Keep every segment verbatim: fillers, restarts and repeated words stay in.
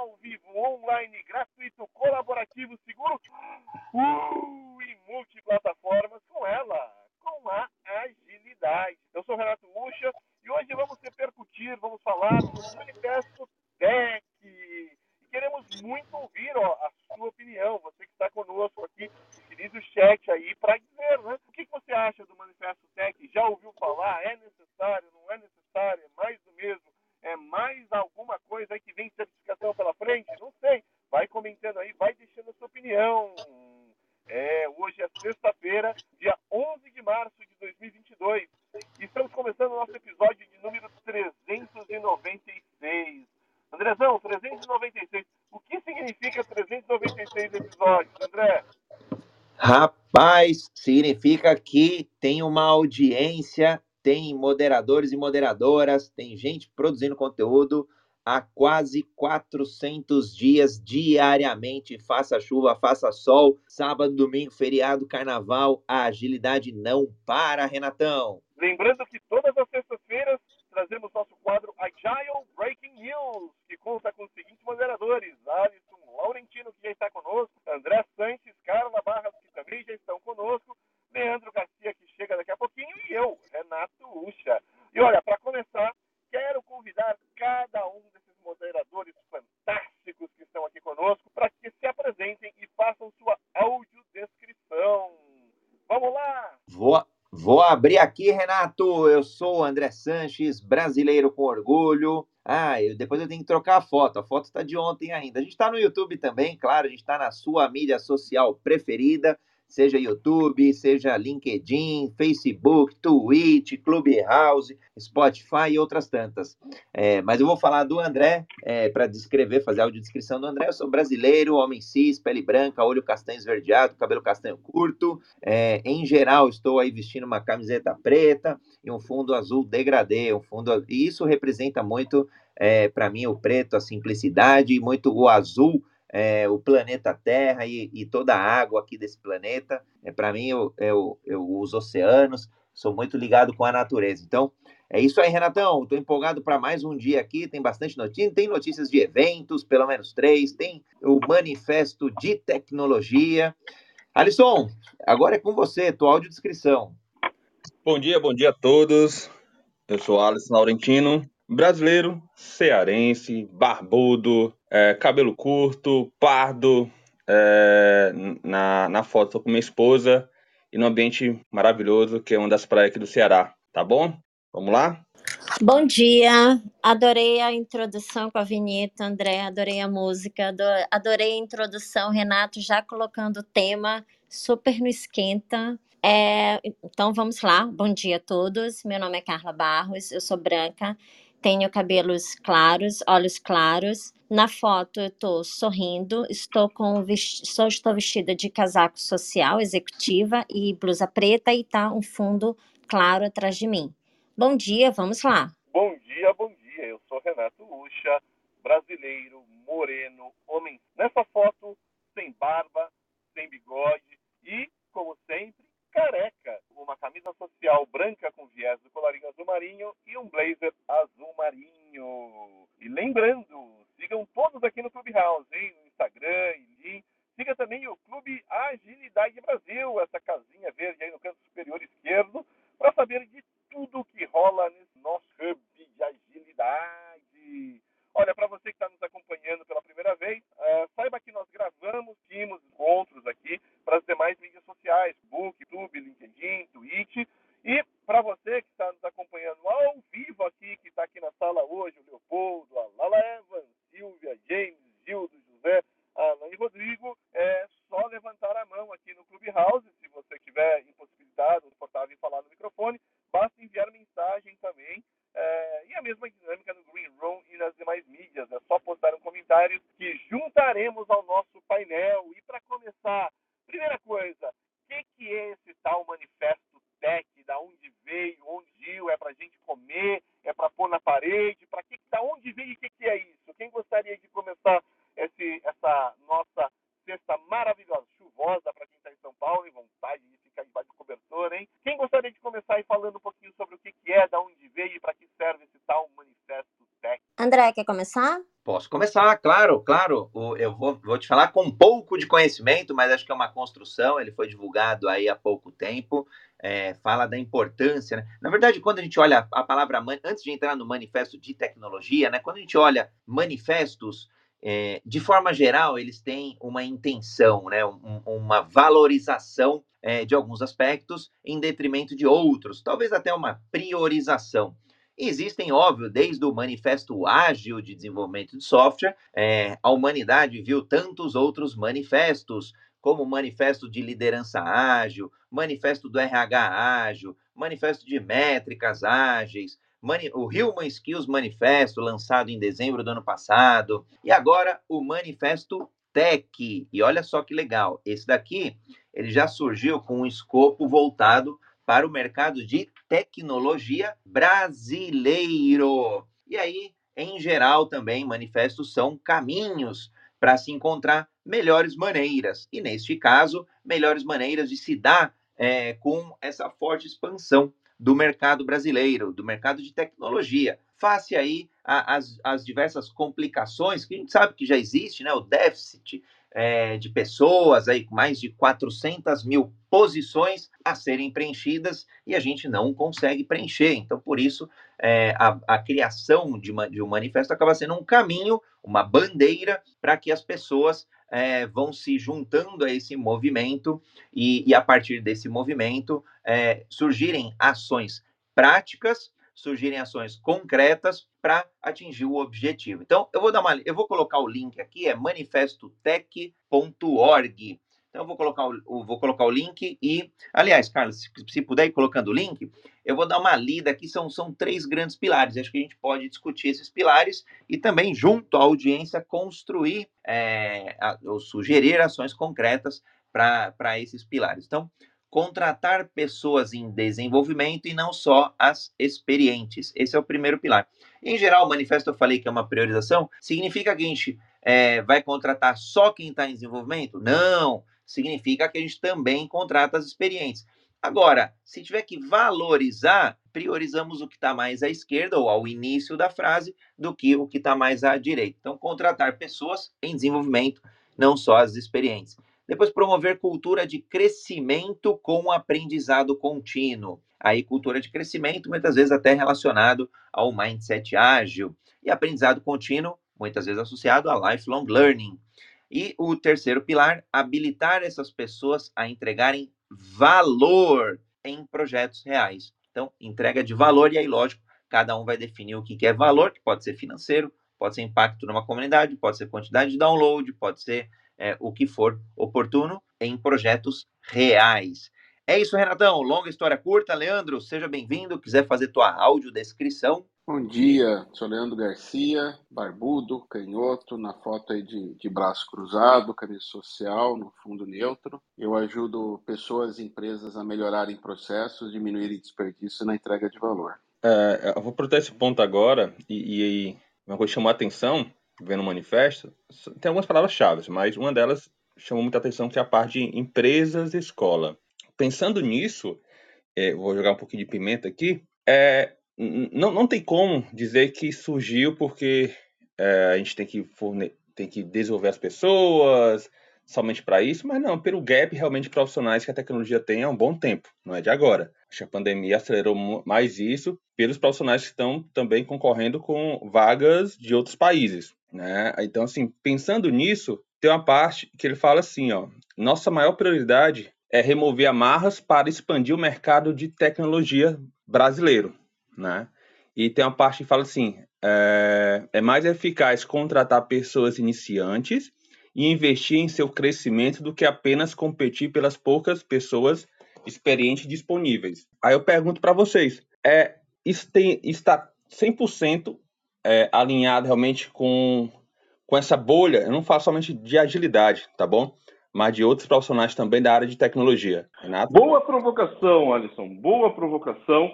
ao vivo, online, gratuito, colaborativo, seguro uh, e multiplataformas com ela, com a agilidade. Eu sou Renato Ucha e hoje vamos repercutir, vamos falar do Manifesto Tech. E queremos muito ouvir ó, a sua opinião, você que está conosco aqui, utilize o chat aí para dizer, né? O que, que você acha do Manifesto Tech? Já ouviu falar? É necessário? Não é necessário? É mais do mesmo? É mais alguma coisa aí que vem certificação pela frente? Não sei. Vai comentando aí, vai deixando a sua opinião. É, hoje é sexta-feira, dia onze de março de dois mil e vinte e dois. E estamos começando o nosso episódio de número trezentos e noventa e seis. Andrezão, trezentos e noventa e seis. O que significa trezentos e noventa e seis episódios, André? Rapaz, significa que tem uma audiência, tem moderadores e moderadoras, tem gente produzindo conteúdo há quase quatrocentos dias diariamente. Faça chuva, faça sol, sábado, domingo, feriado, carnaval, a agilidade não para, Renatão. Lembrando que todas as sextas-feiras trazemos nosso quadro Agile Breaking News, que conta com os seguintes moderadores: Alisson Laurentino, que já está conosco, André Sanches, Carla Barras, que também já estão conosco, Leandro Garcia, que chega daqui a pouquinho, e eu, Renato Ucha. E olha, para começar, quero convidar cada um desses moderadores fantásticos que estão aqui conosco para que se apresentem e façam sua audiodescrição. Vamos lá! Vou, vou abrir aqui, Renato. Eu sou o André Sanches, brasileiro com orgulho. Ah, eu, depois eu tenho que trocar a foto. A foto está de ontem ainda. A gente está no YouTube também, claro. A gente está na sua mídia social preferida, seja YouTube, seja LinkedIn, Facebook, Twitch, Clubhouse, Spotify e outras tantas. É, mas eu vou falar do André, é, para descrever, fazer a audiodescrição do André. Eu sou brasileiro, homem cis, pele branca, olho castanho esverdeado, cabelo castanho curto. É, em geral, estou aí vestindo uma camiseta preta e um fundo azul degradê, um fundo, e isso representa muito, é, para mim, o preto, a simplicidade, e muito o azul, é, o planeta Terra e, e toda a água aqui desse planeta. É, para mim, eu, eu, eu, os oceanos, sou muito ligado com a natureza. Então, é isso aí, Renatão. Estou empolgado para mais um dia aqui. Tem bastante notícia. Tem notícias de eventos, pelo menos três. Tem o manifesto de tecnologia. Alisson, agora é com você, tua audiodescrição. Bom dia, bom dia a todos. Eu sou Alisson Laurentino, brasileiro, cearense, barbudo, é, cabelo curto, pardo. É, na, na foto estou com minha esposa e num ambiente maravilhoso, que é uma das praias aqui do Ceará. Tá bom? Vamos lá? Bom dia, adorei a introdução com a vinheta, André, adorei a música, ado- adorei a introdução, Renato já colocando o tema super no esquenta. É, então vamos lá, bom dia a todos, meu nome é Carla Barros, eu sou branca, tenho cabelos claros, olhos claros. Na foto eu estou sorrindo, estou, com vesti- só estou vestida de casaco social, executiva e blusa preta e tá um fundo claro atrás de mim. Bom dia, vamos lá. Bom dia, bom dia. Eu sou Renato Ucha, brasileiro, moreno, homem. Nessa foto, sem barba, sem bigode e, como sempre, careca. Uma camisa social branca com viés do colarinho azul marinho e um blazer azul marinho. E lembrando, sigam todos aqui no Clubhouse, hein? No Instagram e link. Siga também o Clube Agilidade Brasil, essa casinha verde aí no canto superior esquerdo, para saber de tudo que rola nesse nosso hub de agilidade. Olha, para você que está nos acompanhando pela primeira vez, uh, saiba que nós gravamos, tínhamos encontros aqui para as demais mídias sociais, Facebook, YouTube, LinkedIn, Twitch. E para você que está nos acompanhando ao vivo aqui, que está aqui na sala hoje, o Leopoldo, a Lala Evans, Silvia, James, Gildo, José, Ana e Rodrigo, é só levantar a mão aqui no Clubhouse, se você tiver impossibilitado, confortável em falar no microfone, basta enviar mensagem também. É, e a mesma dinâmica no Green Room e nas demais mídias. É só postar um comentário que juntaremos ao nosso painel. E para começar, primeira coisa, o que, que é esse tal Manifesto Tech? Da onde veio? Onde viu? É para gente comer? É para pôr na parede? Para que? Da onde veio e o que, que é isso? Quem gostaria de começar esse, essa nossa sexta maravilhosa, chuvosa para quem está em São Paulo, e vontade de ficar debaixo do cobertor, hein? Quem gostaria de começar aí falando um pouquinho sobre o que, que é, da onde veio e para que serve esse tal Manifesto Tech? André, quer começar? Posso começar, claro, claro. O- Eu vou, vou te falar com um pouco de conhecimento, mas acho que é uma construção. Ele foi divulgado aí há pouco tempo. É, fala da importância, né? Na verdade, quando a gente olha a palavra, man- antes de entrar no manifesto de tecnologia, né? Quando a gente olha manifestos, é, de forma geral, eles têm uma intenção, né? Um- um- uma valorização, é, de alguns aspectos em detrimento de outros, talvez até uma priorização. Existem, óbvio, desde o Manifesto Ágil de Desenvolvimento de Software, é, a humanidade viu tantos outros manifestos, como o Manifesto de Liderança Ágil, Manifesto do R H Ágil, Manifesto de Métricas Ágeis, Mani- o Human Skills Manifesto, lançado em dezembro do ano passado, e agora o Manifesto Tech. E olha só que legal, esse daqui ele já surgiu com um escopo voltado para o mercado de tecnologia brasileiro. E aí, em geral, também manifestos são caminhos para se encontrar melhores maneiras. E neste caso, melhores maneiras de se dar, é, com essa forte expansão do mercado brasileiro, do mercado de tecnologia. Face aí as, as diversas complicações que a gente sabe que já existe, né? O déficit, é, de pessoas, aí, mais de quatrocentas mil posições a serem preenchidas e a gente não consegue preencher. Então, por isso, é, a, a, criação de, uma, de um manifesto acaba sendo um caminho, uma bandeira para que as pessoas, é, vão se juntando a esse movimento e, e a partir desse movimento, é, surgirem ações práticas, surgirem ações concretas para atingir o objetivo. Então, eu vou dar uma, eu vou colocar o link aqui, é manifestotech ponto org. Então, eu vou colocar o, vou colocar o link e, aliás, Carlos, se, se puder ir colocando o link, eu vou dar uma lida aqui, são, são três grandes pilares. Acho que a gente pode discutir esses pilares e também, junto à audiência, construir, é, a, ou sugerir ações concretas para esses pilares. Então, contratar pessoas em desenvolvimento e não só as experientes. Esse é o primeiro pilar. Em geral, o manifesto eu falei que é uma priorização, significa que a gente, é, vai contratar só quem está em desenvolvimento? Não, significa que a gente também contrata as experientes. Agora, se tiver que valorizar, priorizamos o que está mais à esquerda ou ao início da frase do que o que está mais à direita. Então, contratar pessoas em desenvolvimento, não só as experientes. Depois, promover cultura de crescimento com aprendizado contínuo. Aí, cultura de crescimento, muitas vezes até relacionado ao mindset ágil. E aprendizado contínuo, muitas vezes associado a lifelong learning. E o terceiro pilar, habilitar essas pessoas a entregarem valor em projetos reais. Então, entrega de valor, e aí, lógico, cada um vai definir o que é valor, que pode ser financeiro, pode ser impacto numa comunidade, pode ser quantidade de download, pode ser, é, o que for oportuno em projetos reais. É isso, Renatão. Longa história curta. Leandro, seja bem-vindo. Quiser fazer tua audiodescrição. Bom dia, sou Leandro Garcia, barbudo, canhoto, na foto aí de, de braço cruzado, camisa social, no fundo neutro. Eu ajudo pessoas e empresas a melhorarem processos, diminuírem desperdício na entrega de valor. É, eu vou aproveitar esse ponto agora e, e uma coisa que chamou a atenção, vendo o manifesto, tem algumas palavras-chave, mas uma delas chamou muita atenção, que é a parte de empresas e escola. Pensando nisso, é, vou jogar um pouquinho de pimenta aqui, é, não, não tem como dizer que surgiu porque, é, a gente tem que, forne- tem que desenvolver as pessoas somente para isso, mas não, pelo gap realmente de profissionais que a tecnologia tem há um bom tempo, não é de agora. Acho que a pandemia acelerou mu- mais isso pelos profissionais que estão também concorrendo com vagas de outros países, né? Então, assim, pensando nisso, tem uma parte que ele fala assim, ó, nossa maior prioridade é remover amarras para expandir o mercado de tecnologia brasileiro, né? E tem uma parte que fala assim, é, é mais eficaz contratar pessoas iniciantes e investir em seu crescimento do que apenas competir pelas poucas pessoas experientes disponíveis. Aí eu pergunto para vocês, é, isso tem, está cem por cento, é, alinhado realmente com, com essa bolha? Eu não falo somente de agilidade, tá bom? Mas de outros profissionais também da área de tecnologia. Renato? Boa provocação, Alisson. Boa provocação.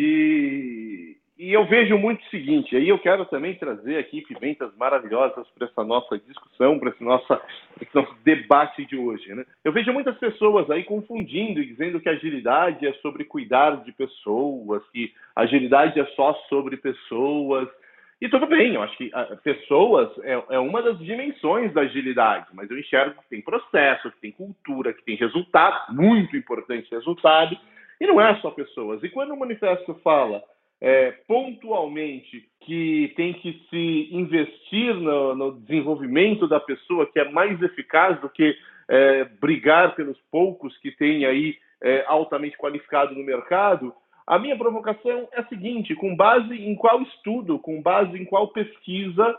E, e eu vejo muito o seguinte, aí eu quero também trazer aqui pimentas maravilhosas para essa nossa discussão, para esse, nossa, esse nosso debate de hoje, né? Eu vejo muitas pessoas aí confundindo e dizendo que agilidade é sobre cuidar de pessoas, que agilidade é só sobre pessoas. E tudo bem, eu acho que ah, pessoas é, é uma das dimensões da agilidade, mas eu enxergo que tem processo, que tem cultura, que tem resultado, muito importante resultado, e não é só pessoas. E quando o manifesto fala é, pontualmente que tem que se investir no, no desenvolvimento da pessoa, que é mais eficaz do que é, brigar pelos poucos que tem aí é, altamente qualificado no mercado, a minha provocação é a seguinte: com base em qual estudo, com base em qual pesquisa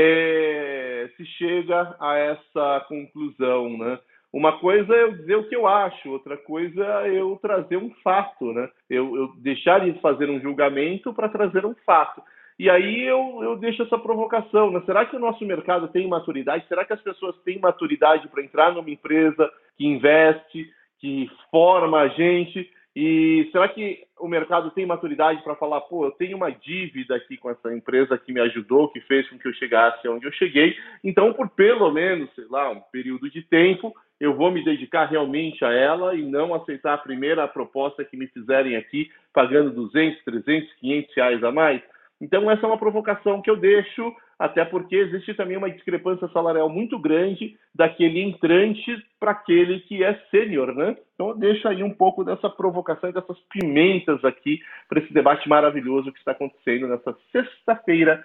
é, se chega a essa conclusão, né? Uma coisa é eu dizer o que eu acho, outra coisa é eu trazer um fato, né? Eu, eu deixar de fazer um julgamento para trazer um fato. E aí eu, eu deixo essa provocação, né? Será que o nosso mercado tem maturidade? Será que as pessoas têm maturidade para entrar numa empresa que investe, que forma a gente? E será que o mercado tem maturidade para falar, pô, eu tenho uma dívida aqui com essa empresa que me ajudou, que fez com que eu chegasse onde eu cheguei, então por pelo menos, sei lá, um período de tempo, eu vou me dedicar realmente a ela e não aceitar a primeira proposta que me fizerem aqui, pagando duzentos, trezentos, quinhentos reais a mais? Então essa é uma provocação que eu deixo, até porque existe também uma discrepância salarial muito grande daquele entrante para aquele que é sênior, né? Então eu deixo aí um pouco dessa provocação e dessas pimentas aqui para esse debate maravilhoso que está acontecendo nessa sexta-feira,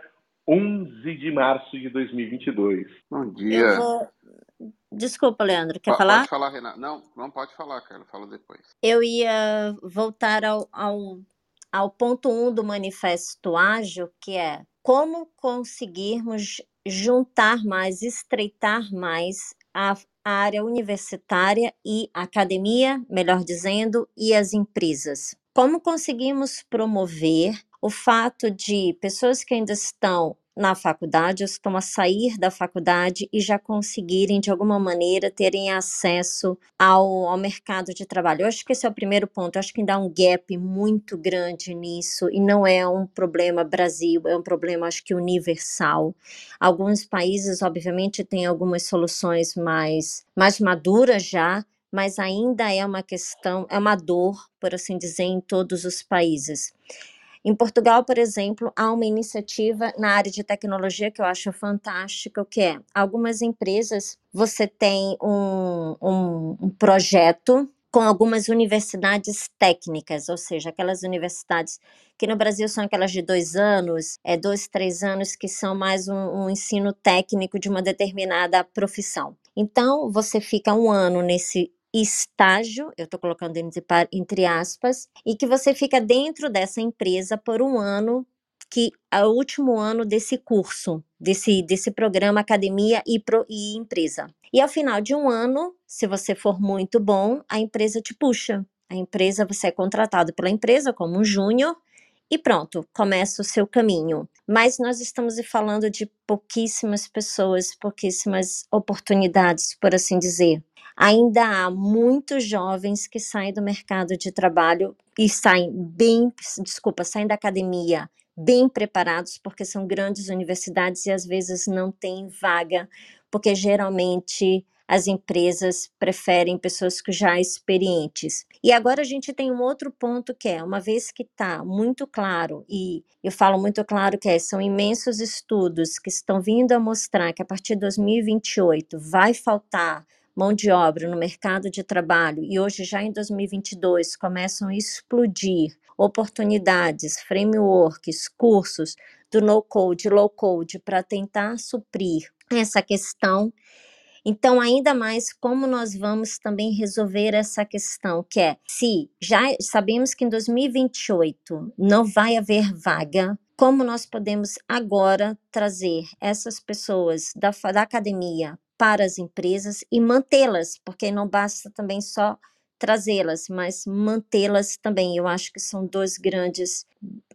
onze de março de dois mil e vinte e dois. Bom Eu dia. vou. Desculpa, Leandro, quer Po- falar? Pode falar, Renato. Não, não pode falar, cara. Fala depois. Eu ia voltar ao, ao, ao ponto um do Manifesto Ágil, que é como conseguirmos juntar mais, estreitar mais a, a área universitária e a academia, melhor dizendo, e as empresas. Como conseguimos promover o fato de pessoas que ainda estão na faculdade, ou estão a sair da faculdade e já conseguirem, de alguma maneira, terem acesso ao, ao mercado de trabalho. Eu acho que esse é o primeiro ponto. Eu acho que ainda há um gap muito grande nisso, e não é um problema Brasil, é um problema, acho que, universal. Alguns países, obviamente, têm algumas soluções mais, mais maduras já, mas ainda é uma questão, é uma dor, por assim dizer, em todos os países. Em Portugal, por exemplo, há uma iniciativa na área de tecnologia que eu acho fantástica, que é algumas empresas, você tem um, um, um projeto com algumas universidades técnicas, ou seja, aquelas universidades que no Brasil são aquelas de dois anos, é, dois, três anos, que são mais um, um ensino técnico de uma determinada profissão. Então, você fica um ano nesse estágio, eu estou colocando entre, entre aspas, e que você fica dentro dessa empresa por um ano, que é o último ano desse curso, desse, desse programa Academia e, Pro, e Empresa. E ao final de um ano, se você for muito bom, a empresa te puxa. A empresa, você é contratado pela empresa como um júnior, e pronto, começa o seu caminho. Mas nós estamos falando de pouquíssimas pessoas, pouquíssimas oportunidades, por assim dizer. Ainda há muitos jovens que saem do mercado de trabalho e saem bem, desculpa, saem da academia bem preparados, porque são grandes universidades e às vezes não tem vaga, porque geralmente as empresas preferem pessoas que já experientes. E agora a gente tem um outro ponto que é, uma vez que está muito claro, e eu falo muito claro que é, são imensos estudos que estão vindo a mostrar que a partir de dois mil e vinte e oito vai faltar mão de obra no mercado de trabalho, e hoje já em dois mil e vinte e dois começam a explodir oportunidades, frameworks, cursos do no-code, low-code para tentar suprir essa questão. Então, ainda mais como nós vamos também resolver essa questão, que é, se já sabemos que em dois mil e vinte e oito não vai haver vaga, como nós podemos agora trazer essas pessoas da, da academia para as empresas e mantê-las, porque não basta também só trazê-las, mas mantê-las também. Eu acho que são dois grandes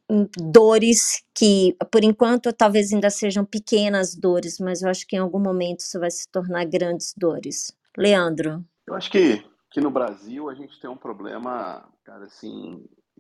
dores que, por enquanto, talvez ainda sejam pequenas dores, mas eu acho que em algum momento isso vai se tornar grandes dores. Leandro? Eu acho que, que no Brasil a gente tem um problema, cara, assim,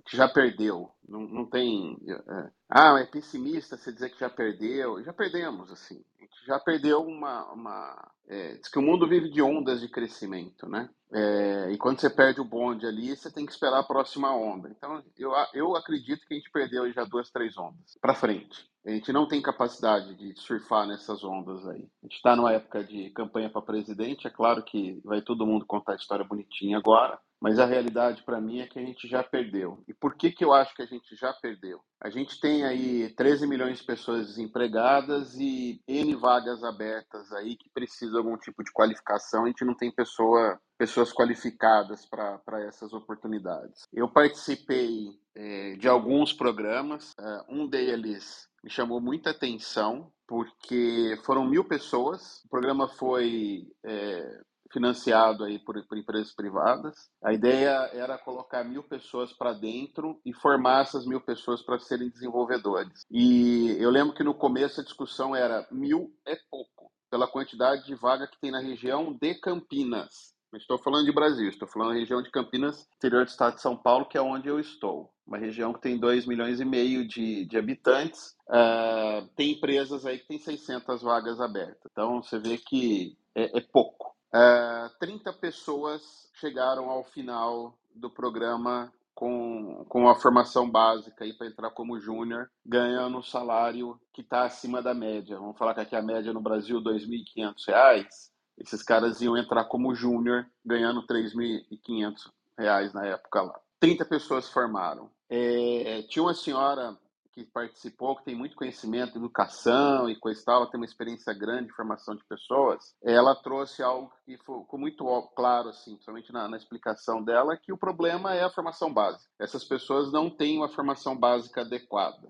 que já perdeu. Não, não tem. É, ah, é pessimista você dizer que já perdeu. Já perdemos, assim. A gente já perdeu uma. uma é, diz que o mundo vive de ondas de crescimento, né? É, e quando você perde o bonde ali, você tem que esperar a próxima onda. Então, eu, eu acredito que a gente perdeu já duas, três ondas para frente. A gente não tem capacidade de surfar nessas ondas aí. A gente está numa época de campanha para presidente. É claro que vai todo mundo contar a história bonitinha agora. Mas a realidade para mim é que a gente já perdeu. E por que, que eu acho que a gente já perdeu? A gente tem aí treze milhões de pessoas desempregadas e N vagas abertas aí que precisam de algum tipo de qualificação. A gente não tem pessoa, pessoas qualificadas para essas oportunidades. Eu participei é, de alguns programas. Uh, um deles me chamou muita atenção porque foram mil pessoas. O programa foi... É, financiado aí por, por empresas privadas. A ideia era colocar mil pessoas para dentro e formar essas mil pessoas para serem desenvolvedores. E eu lembro que no começo a discussão era mil é pouco, pela quantidade de vaga que tem na região de Campinas. Não estou falando de Brasil, estou falando da região de Campinas, interior do estado de São Paulo, que é onde eu estou. Uma região que tem dois milhões e meio de, de habitantes. Uh, tem empresas aí que tem seiscentas vagas abertas. Então, você vê que é, é pouco. Uh, trinta pessoas chegaram ao final do programa com, com a formação básica para entrar como júnior, ganhando um salário que está acima da média. Vamos falar que aqui a média no Brasil é dois mil e quinhentos reais. Esses caras iam entrar como júnior, ganhando três mil e quinhentos reais na época lá. trinta pessoas formaram. É, tinha uma senhora que participou, que tem muito conhecimento em educação e coisa e tal, ela tem uma experiência grande de formação de pessoas. Ela trouxe algo que ficou muito claro, assim, principalmente na, na explicação dela, que o problema é a formação básica. Essas pessoas não têm uma formação básica adequada.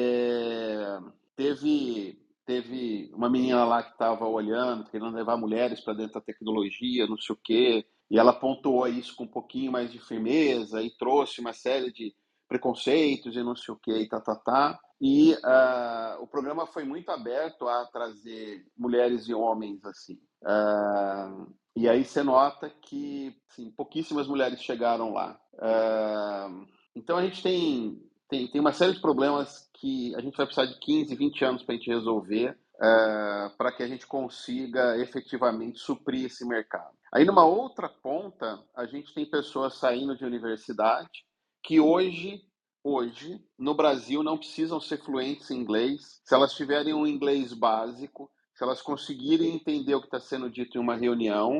É, teve... Teve uma menina lá que estava olhando, querendo levar mulheres para dentro da tecnologia, não sei o quê, e ela pontuou isso com um pouquinho mais de firmeza e trouxe uma série de preconceitos e não sei o quê, e tá, tá, tá. E uh, o programa foi muito aberto a trazer mulheres e homens, assim. Uh, e aí você nota que assim, pouquíssimas mulheres chegaram lá. Uh, então a gente tem... Tem, tem uma série de problemas que a gente vai precisar de quinze, vinte anos para a gente resolver uh, para que a gente consiga efetivamente suprir esse mercado. Aí, numa outra ponta, a gente tem pessoas saindo de universidade que hoje, hoje, no Brasil, não precisam ser fluentes em inglês. Se elas tiverem um inglês básico, se elas conseguirem entender o que está sendo dito em uma reunião,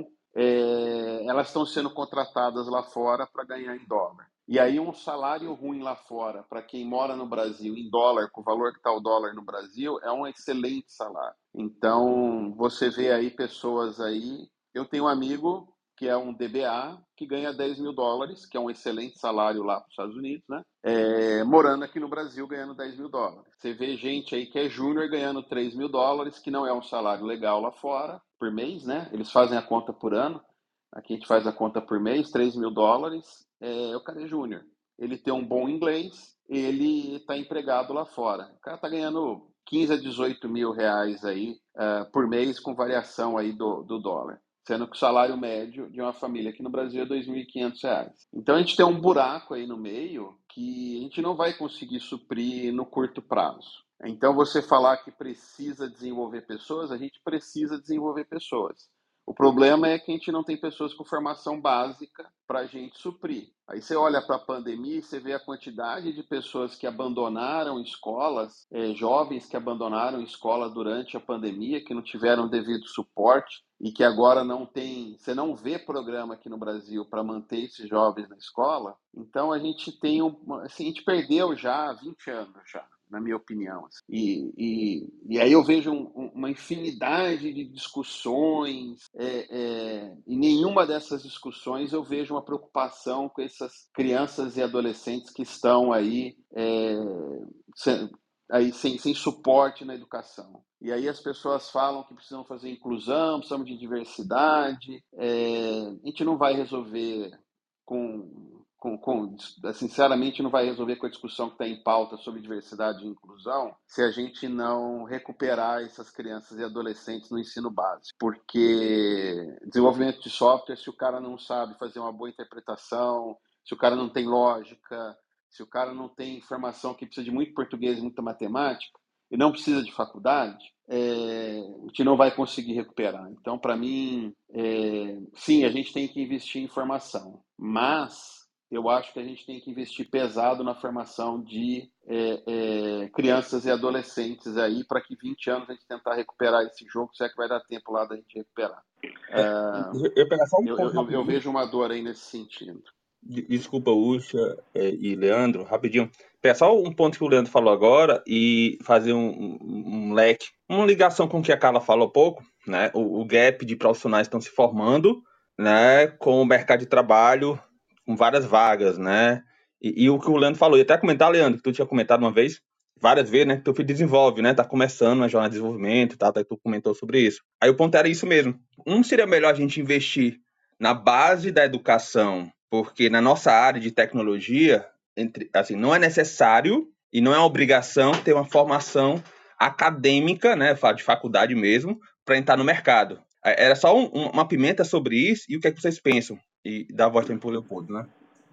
é, elas estão sendo contratadas lá fora para ganhar em dólar. E aí um salário ruim lá fora, para quem mora no Brasil, em dólar, com o valor que está o dólar no Brasil, é um excelente salário. Então, você vê aí pessoas aí... Eu tenho um amigo que é um D B A, que ganha dez mil dólares, que é um excelente salário lá para os Estados Unidos, né? É, morando aqui no Brasil, ganhando dez mil dólares. Você vê gente aí que é júnior ganhando três mil dólares, que não é um salário legal lá fora, por mês, né? Eles fazem a conta por ano. Aqui a gente faz a conta por mês, três mil dólares. É, o cara é júnior. Ele tem um bom inglês, ele está empregado lá fora. O cara está ganhando quinze a dezoito mil reais aí uh, por mês, com variação aí do, do dólar. Sendo que o salário médio de uma família aqui no Brasil é dois mil e quinhentos reais. Então a gente tem um buraco aí no meio que a gente não vai conseguir suprir no curto prazo. Então você falar que precisa desenvolver pessoas, a gente precisa desenvolver pessoas. O problema é que a gente não tem pessoas com formação básica para a gente suprir. Aí você olha para a pandemia e você vê a quantidade de pessoas que abandonaram escolas, é, jovens que abandonaram escola durante a pandemia, que não tiveram devido suporte e que agora não tem, você não vê programa aqui no Brasil para manter esses jovens na escola. Então a gente tem um, assim, a gente perdeu já vinte anos já, na minha opinião. E, e, e aí eu vejo um, uma infinidade de discussões, é, é, e nenhuma dessas discussões eu vejo uma preocupação com essas crianças e adolescentes que estão aí, é, sem, aí sem, sem suporte na educação. E aí as pessoas falam que precisam fazer inclusão, precisamos de diversidade. É, a gente não vai resolver com... Com, com, sinceramente, não vai resolver com a discussão que está em pauta sobre diversidade e inclusão se a gente não recuperar essas crianças e adolescentes no ensino básico. Porque desenvolvimento de software, se o cara não sabe fazer uma boa interpretação, se o cara não tem lógica, se o cara não tem formação que precisa de muito português e muita matemática, e não precisa de faculdade, é, a gente não vai conseguir recuperar. Então, para mim, é, sim, a gente tem que investir em formação, mas eu acho que a gente tem que investir pesado na formação de é, é, crianças e adolescentes aí, para que vinte anos a gente tentar recuperar esse jogo, se é que vai dar tempo lá da gente recuperar. É, eu ia pegar só um Eu, ponto eu, eu rapidinho. vejo uma dor aí nesse sentido. De- Desculpa, Ucha é, e Leandro, rapidinho. Pegar só um ponto que o Leandro falou agora e fazer um, um, um leque, uma ligação com o que a Carla falou há pouco, né? O, o gap de profissionais estão se formando, né? Com o mercado de trabalho, com várias vagas, né? E, e o que o Leandro falou, e até comentar, Leandro, que tu tinha comentado uma vez, várias vezes, né? Que teu filho desenvolve, né? Tá começando uma jornada de desenvolvimento, tá? Tá, tu comentou sobre isso. Aí o ponto era isso mesmo. Um seria melhor a gente investir na base da educação, porque na nossa área de tecnologia, entre, assim, não é necessário e não é obrigação ter uma formação acadêmica, né, de faculdade mesmo, para entrar no mercado. Era só um, uma pimenta sobre isso, e o que é que vocês pensam? E dá a voz também para o Leopoldo, né?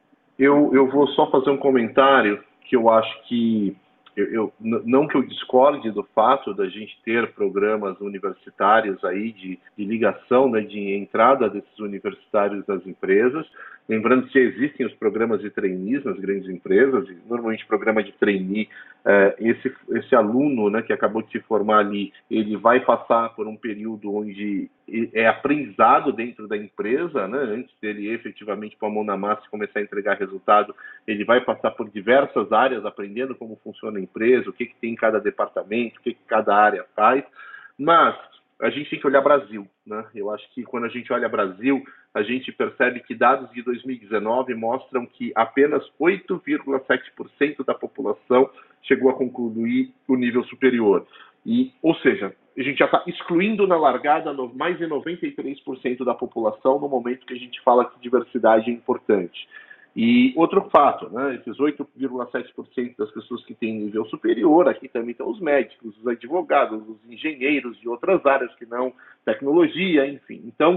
Eu, eu vou só fazer um comentário que eu acho que, eu, eu, não que eu discorde do fato da gente ter programas universitários aí de, de ligação, né, de entrada desses universitários nas empresas. Lembrando que existem os programas de trainees nas grandes empresas, e normalmente programa de trainee, eh, esse, esse aluno, né, que acabou de se formar ali, ele vai passar por um período onde é aprendizado dentro da empresa, né, antes dele efetivamente pôr a mão na massa e começar a entregar resultado, ele vai passar por diversas áreas, aprendendo como funciona a empresa, o que, que tem em cada departamento, o que, que cada área faz, mas a gente tem que olhar Brasil, né? Eu acho que quando a gente olha Brasil, a gente percebe que dados de dois mil e dezenove mostram que apenas oito vírgula sete por cento da população chegou a concluir o nível superior. E, ou seja, a gente já está excluindo na largada mais de noventa e três por cento da população no momento que a gente fala que diversidade é importante. E outro fato, né, esses oito vírgula sete por cento das pessoas que têm nível superior, aqui também estão os médicos, os advogados, os engenheiros de outras áreas que não tecnologia, enfim. Então,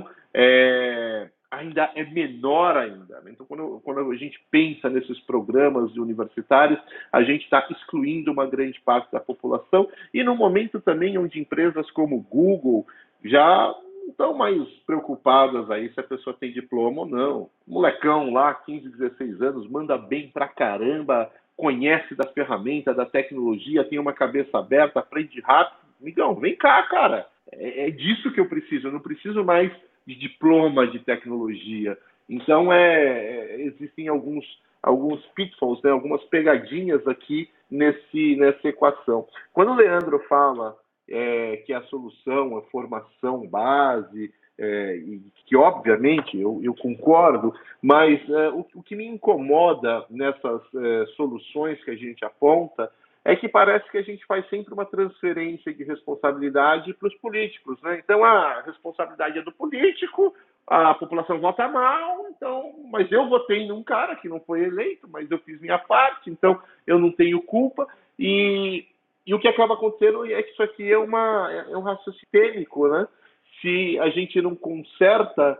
é, ainda é menor ainda. Né? Então, quando, quando a gente pensa nesses programas universitários, a gente está excluindo uma grande parte da população, e no momento também onde empresas como Google já estão mais preocupadas aí se a pessoa tem diploma ou não. O molecão lá, quinze, dezesseis anos, manda bem pra caramba, conhece da ferramenta, da tecnologia, tem uma cabeça aberta, aprende rápido. Migão, vem cá, cara. É, é disso que eu preciso. Eu não preciso mais de diploma de tecnologia. Então, é, é, existem alguns, alguns pitfalls, né, algumas pegadinhas aqui nesse, nessa equação. Quando o Leandro fala É, que a solução, a formação base, é, e que obviamente eu, eu concordo, mas é, o, o que me incomoda nessas é, soluções que a gente aponta é que parece que a gente faz sempre uma transferência de responsabilidade para os políticos, né? Então a responsabilidade é do político, a população vota mal, então, mas eu votei num cara que não foi eleito, mas eu fiz minha parte, então eu não tenho culpa. E E o que acaba acontecendo é que isso aqui é, uma, é um raciocínio sistêmico, né? Se a gente não conserta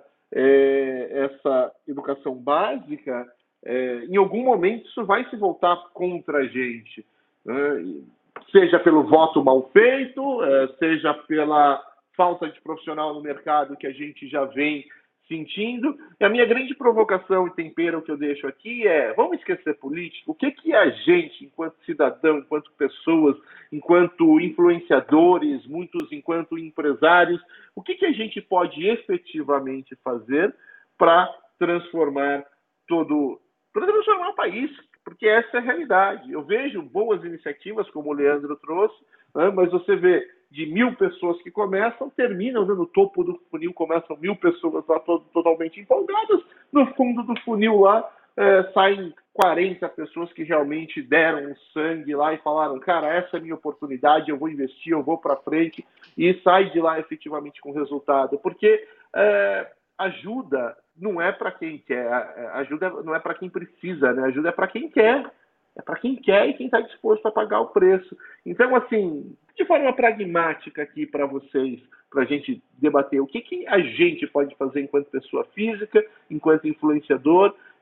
é, essa educação básica, é, em algum momento isso vai se voltar contra a gente. Né? Seja pelo voto mal feito, é, seja pela falta de profissional no mercado que a gente já vem sentindo. E a minha grande provocação e tempero que eu deixo aqui é: vamos esquecer político? O que que a gente, enquanto cidadão, enquanto pessoas, enquanto influenciadores, muitos enquanto empresários, o que que a gente pode efetivamente fazer para transformar todo, para transformar o país? Porque essa é a realidade. Eu vejo boas iniciativas, como o Leandro trouxe, né, mas você vê de mil pessoas que começam, terminam, né, no topo do funil, começam mil pessoas lá todo, totalmente empolgadas, no fundo do funil lá é, saem quarenta pessoas que realmente deram sangue lá e falaram: cara, essa é a minha oportunidade, eu vou investir, eu vou para frente, e sai de lá efetivamente com resultado. Porque é, ajuda não é para quem quer, ajuda não é para quem precisa, né? Ajuda é para quem quer. É para quem quer e quem está disposto a pagar o preço. Então, assim, de forma pragmática aqui para vocês, para a gente debater o que, que a gente pode fazer enquanto pessoa física, enquanto influenciador,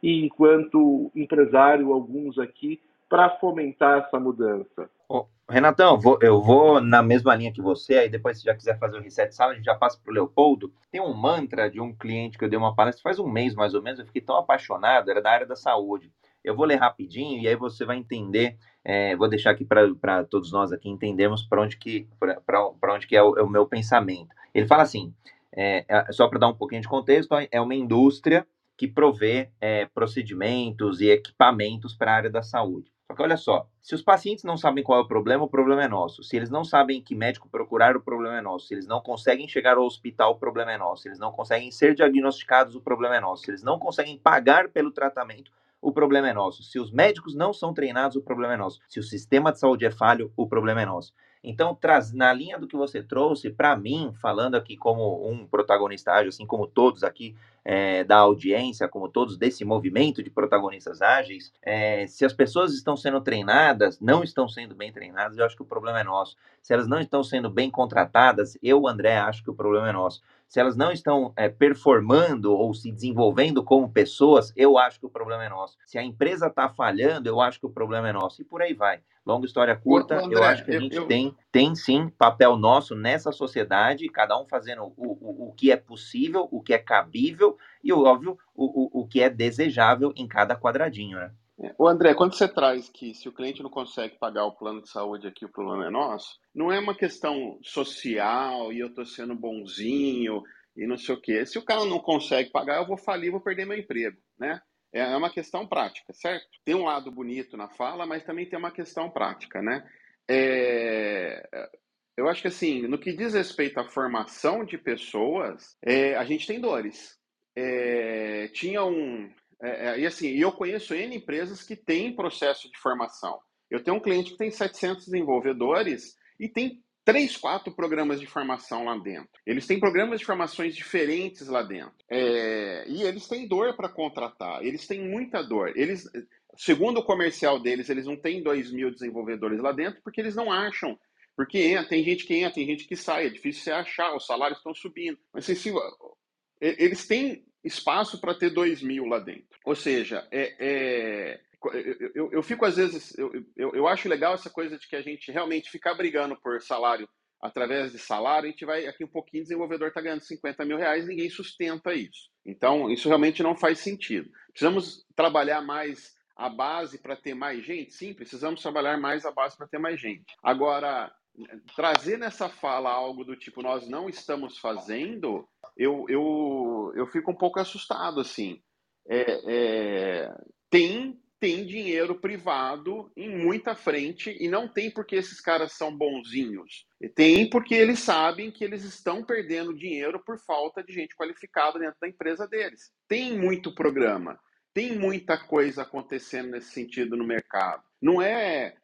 e enquanto empresário, alguns aqui, para fomentar essa mudança? Ô, Renatão, vou- eu vou na mesma linha que você, aí depois, se já quiser fazer o reset sala, a gente já passa para o Leopoldo. Tem um mantra de um cliente que eu dei uma palestra faz um mês mais ou menos, eu fiquei tão apaixonado, era da área da saúde. Eu vou ler rapidinho e aí você vai entender, é, vou deixar aqui para todos nós aqui entendermos para onde que, para onde que é o, é o meu pensamento. Ele fala assim, é, é, só para dar um pouquinho de contexto, é uma indústria que provê é, procedimentos e equipamentos para a área da saúde. Só que olha só, se os pacientes não sabem qual é o problema, o problema é nosso. Se eles não sabem que médico procurar, o problema é nosso. Se eles não conseguem chegar ao hospital, o problema é nosso. Se eles não conseguem ser diagnosticados, o problema é nosso. Se eles não conseguem pagar pelo tratamento, o problema é nosso. Se os médicos não são treinados, o problema é nosso. Se o sistema de saúde é falho, o problema é nosso. Então, traz, na linha do que você trouxe, para mim, falando aqui como um protagonista ágil, assim como todos aqui é, da audiência, como todos desse movimento de protagonistas ágeis, é, se as pessoas estão sendo treinadas, não estão sendo bem treinadas, eu acho que o problema é nosso. Se elas não estão sendo bem contratadas, eu, André, acho que o problema é nosso. Se elas não estão é, performando ou se desenvolvendo como pessoas, eu acho que o problema é nosso. Se a empresa está falhando, eu acho que o problema é nosso. E por aí vai. Longa história Ô, curta, ô, eu André, acho que a eu, gente eu, tem, tem sim papel nosso nessa sociedade, cada um fazendo o, o, o que é possível, o que é cabível e, óbvio, o, o, o que é desejável em cada quadradinho, né? ô, André, quando você traz que se o cliente não consegue pagar o plano de saúde aqui, o problema é nosso, não é uma questão social e eu estou sendo bonzinho e não sei o quê. Se o cara não consegue pagar, eu vou falir, vou perder meu emprego, né? É é uma questão prática, certo? Tem um lado bonito na fala, mas também tem uma questão prática, né? É, eu acho que assim, no que diz respeito à formação de pessoas, é, a gente tem dores. É, tinha um. É, é, e assim, eu conheço N empresas que têm processo de formação. Eu tenho um cliente que tem setecentos desenvolvedores e tem três, quatro programas de formação lá dentro. Eles têm programas de formações diferentes lá dentro. É, e eles têm dor para contratar. Eles têm muita dor. Eles, segundo o comercial deles, eles não têm dois mil desenvolvedores lá dentro porque eles não acham. Porque entra, tem gente que entra, tem gente que sai, é difícil você achar, os salários estão subindo. Mas assim, se, eles têm espaço para ter dois mil lá dentro. Ou seja, é, é, eu, eu, eu fico às vezes, eu, eu, eu acho legal essa coisa de que a gente realmente ficar brigando por salário através de salário, a gente vai, aqui um pouquinho, o desenvolvedor está ganhando cinquenta mil reais, ninguém sustenta isso. Então, isso realmente não faz sentido. Precisamos trabalhar mais a base para ter mais gente? Sim, precisamos trabalhar mais a base para ter mais gente. Agora, trazer nessa fala algo do tipo, nós não estamos fazendo, eu, eu, eu fico um pouco assustado, assim. É, é, tem, tem dinheiro privado em muita frente e não tem porque esses caras são bonzinhos. Tem porque eles sabem que eles estão perdendo dinheiro por falta de gente qualificada dentro da empresa deles. Tem muito programa, tem muita coisa acontecendo nesse sentido no mercado. Não é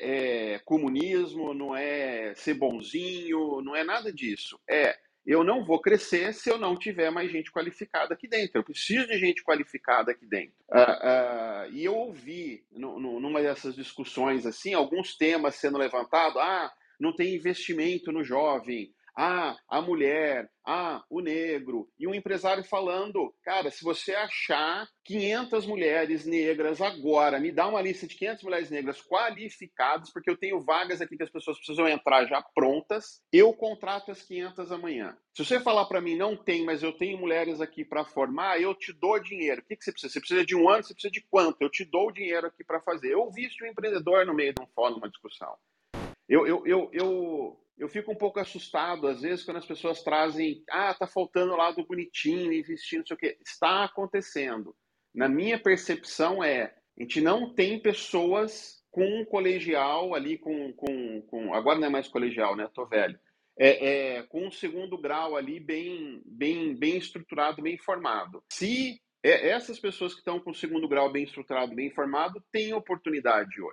é, é, comunismo, não é ser bonzinho, não é nada disso. É, eu não vou crescer se eu não tiver mais gente qualificada aqui dentro. Eu preciso de gente qualificada aqui dentro. Ah, ah, e eu ouvi, no, no, numa dessas discussões, assim, alguns temas sendo levantados. Ah, não tem investimento no jovem. Ah, a mulher, ah, o negro, e um empresário falando, cara, se você achar quinhentas mulheres negras agora, me dá uma lista de quinhentas mulheres negras qualificadas, porque eu tenho vagas aqui que as pessoas precisam entrar já prontas, eu contrato as quinhentas amanhã. Se você falar para mim, não tem, mas eu tenho mulheres aqui para formar, eu te dou dinheiro. O que, que você precisa? Você precisa de um ano, você precisa de quanto? Eu te dou o dinheiro aqui para fazer. Eu vi isso um empreendedor no meio de um fórum, numa discussão. Eu, eu, eu, eu, eu fico um pouco assustado, às vezes, quando as pessoas trazem, ah, tá faltando lá do bonitinho, investindo, não sei o quê. Está acontecendo. Na minha percepção é, a gente não tem pessoas com um colegial ali, com, com, com agora não é mais colegial, né? Tô velho. É, é, com um segundo grau ali bem, bem, bem estruturado, bem formado. Se essas pessoas que estão com o segundo grau bem estruturado, bem formado, têm oportunidade hoje.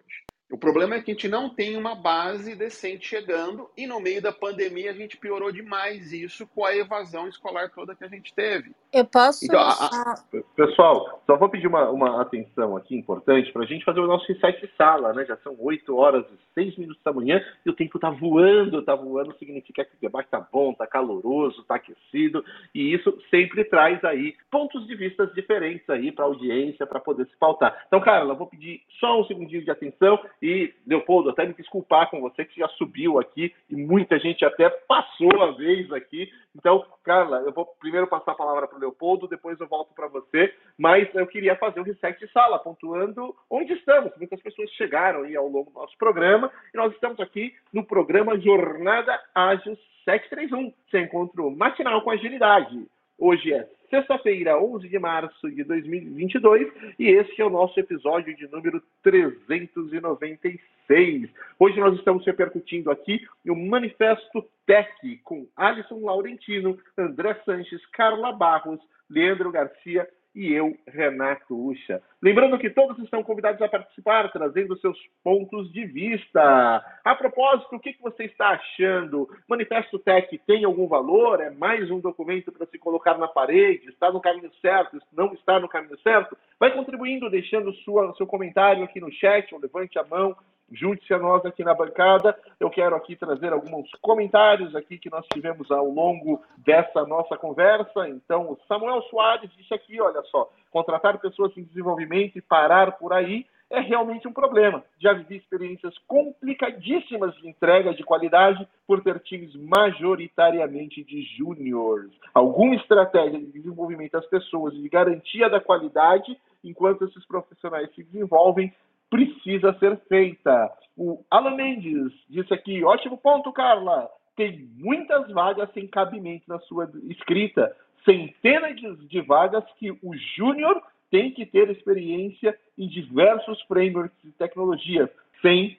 O problema é que a gente não tem uma base decente chegando e no meio da pandemia a gente piorou demais isso com a evasão escolar toda que a gente teve. Eu posso Então, a, a, só... Pessoal, só vou pedir uma, uma atenção aqui importante para a gente fazer o nosso reset de sala, né? Já são oito horas e seis minutos da manhã e o tempo tá voando, tá voando, significa que o debate tá bom, tá caloroso, tá aquecido, e isso sempre traz aí pontos de vista diferentes aí para a audiência, para poder se pautar. Então, Carla, vou pedir só um segundinho de atenção e, Leopoldo, até me desculpar com você que já subiu aqui e muita gente até passou a vez aqui. Então, Carla, eu vou primeiro passar a palavra para o Leopoldo, depois eu volto para você, mas eu queria fazer um reset de sala, pontuando onde estamos. Muitas pessoas chegaram aí ao longo do nosso programa, e nós estamos aqui no programa Jornada Ágil sete três um, seu encontro matinal com agilidade. Hoje é sexta-feira, onze de março de dois mil e vinte e dois, e este é o nosso episódio de número trezentos e noventa e seis. Hoje nós estamos repercutindo aqui o Manifesto Tech com Alisson Laurentino, André Sanches, Carla Barros, Leandro Garcia e eu, Renato Ucha. Lembrando que todos estão convidados a participar, trazendo seus pontos de vista. A propósito, o que você está achando? Manifesto Tech tem algum valor? É mais um documento para se colocar na parede? Está no caminho certo? Não está no caminho certo? Vai contribuindo, deixando sua, seu comentário aqui no chat, ou levante a mão. Junte-se a nós aqui na bancada. Eu quero aqui trazer alguns comentários aqui que nós tivemos ao longo dessa nossa conversa. Então, o Samuel Soares disse aqui, olha só, contratar pessoas em desenvolvimento e parar por aí é realmente um problema. Já vivi experiências complicadíssimas de entrega de qualidade por ter times majoritariamente de júniores. Alguma estratégia de desenvolvimento das pessoas e de garantia da qualidade, enquanto esses profissionais se desenvolvem, precisa ser feita. O Alan Mendes disse aqui, ótimo ponto, Carla. Tem muitas vagas sem cabimento na sua escrita. Centenas de vagas que o júnior tem que ter experiência em diversos frameworks de tecnologia, sem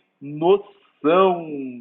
noção.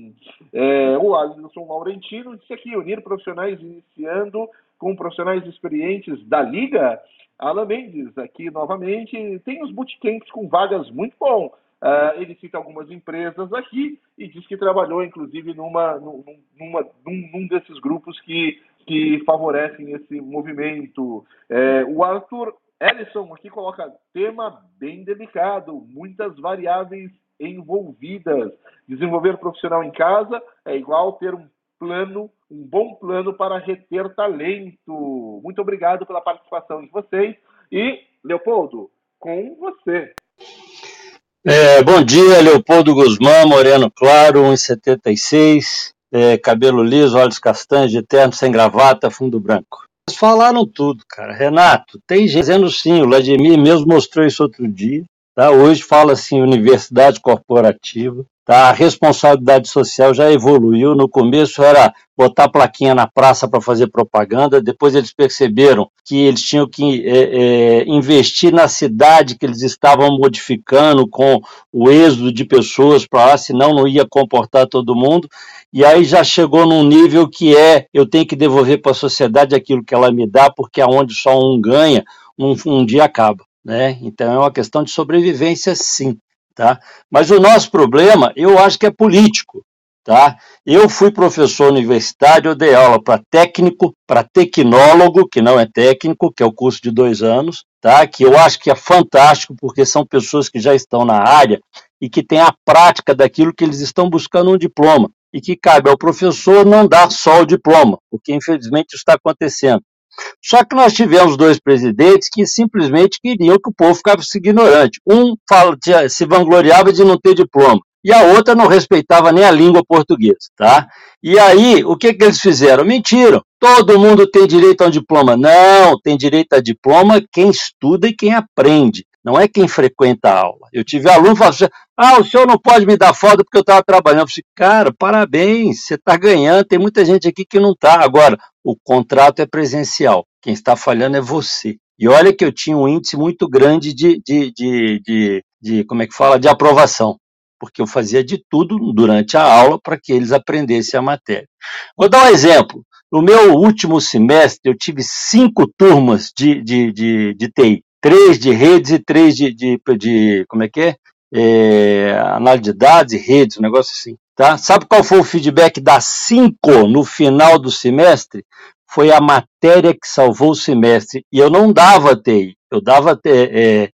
É, o Alisson Laurentino disse aqui, unir profissionais iniciando com profissionais experientes da Liga. Alan Mendes, aqui novamente, tem os bootcamps com vagas muito bom. Uh, ele cita algumas empresas aqui e diz que trabalhou, inclusive, numa, numa, num, num desses grupos que, que favorecem esse movimento. É, o Arthur Ellison aqui coloca tema bem delicado, muitas variáveis envolvidas. Desenvolver profissional em casa é igual ter um plano, um bom plano para reter talento. Muito obrigado pela participação de vocês. E, Leopoldo, com você. É, bom dia, Leopoldo Guzmán, moreno claro, um metro e setenta e seis, é, cabelo liso, olhos castanhos, de terno, sem gravata, fundo branco. Eles falaram tudo, cara. Renato, tem gente dizendo sim, o Vladimir mesmo mostrou isso outro dia. Tá? Hoje fala assim, universidade corporativa. Tá? A responsabilidade social já evoluiu. No começo era botar plaquinha na praça para fazer propaganda, depois eles perceberam que eles tinham que é, é, investir na cidade que eles estavam modificando com o êxodo de pessoas para lá, senão não ia comportar todo mundo, e aí já chegou num nível que é, eu tenho que devolver para a sociedade aquilo que ela me dá, porque aonde só um ganha, um, um dia acaba, né? Então é uma questão de sobrevivência, sim. Tá? Mas o nosso problema, eu acho que é político. Tá? Eu fui professor universitário, eu dei aula para técnico, para tecnólogo, que não é técnico, que é o curso de dois anos, tá? Que eu acho que é fantástico, porque são pessoas que já estão na área e que têm a prática daquilo que eles estão buscando um diploma, e que cabe ao professor não dar só o diploma, porque infelizmente isso está acontecendo. Só que nós tivemos dois presidentes que simplesmente queriam que o povo ficasse ignorante. Um fala, se vangloriava de não ter diploma, e a outra não respeitava nem a língua portuguesa, tá? E aí, o que, que eles fizeram? Mentiram. Todo mundo tem direito a um diploma. Não, tem direito a diploma quem estuda e quem aprende. Não é quem frequenta a aula. Eu tive aluno que falou assim, ah, o senhor não pode me dar folga porque eu estava trabalhando. Eu falei, cara, parabéns, você está ganhando, tem muita gente aqui que não está. Agora, o contrato é presencial, quem está falhando é você. E olha que eu tinha um índice muito grande de, de, de, de, de como é que fala, de aprovação, porque eu fazia de tudo durante a aula para que eles aprendessem a matéria. Vou dar um exemplo. No meu último semestre, eu tive cinco turmas de, de, de, de T I. Três de redes e três de, de, de, como é que é? é, análise de dados e redes, um negócio assim. Tá? Sabe qual foi o feedback da cinco no final do semestre? Foi a matéria que salvou o semestre. E eu não dava T I, eu dava, é,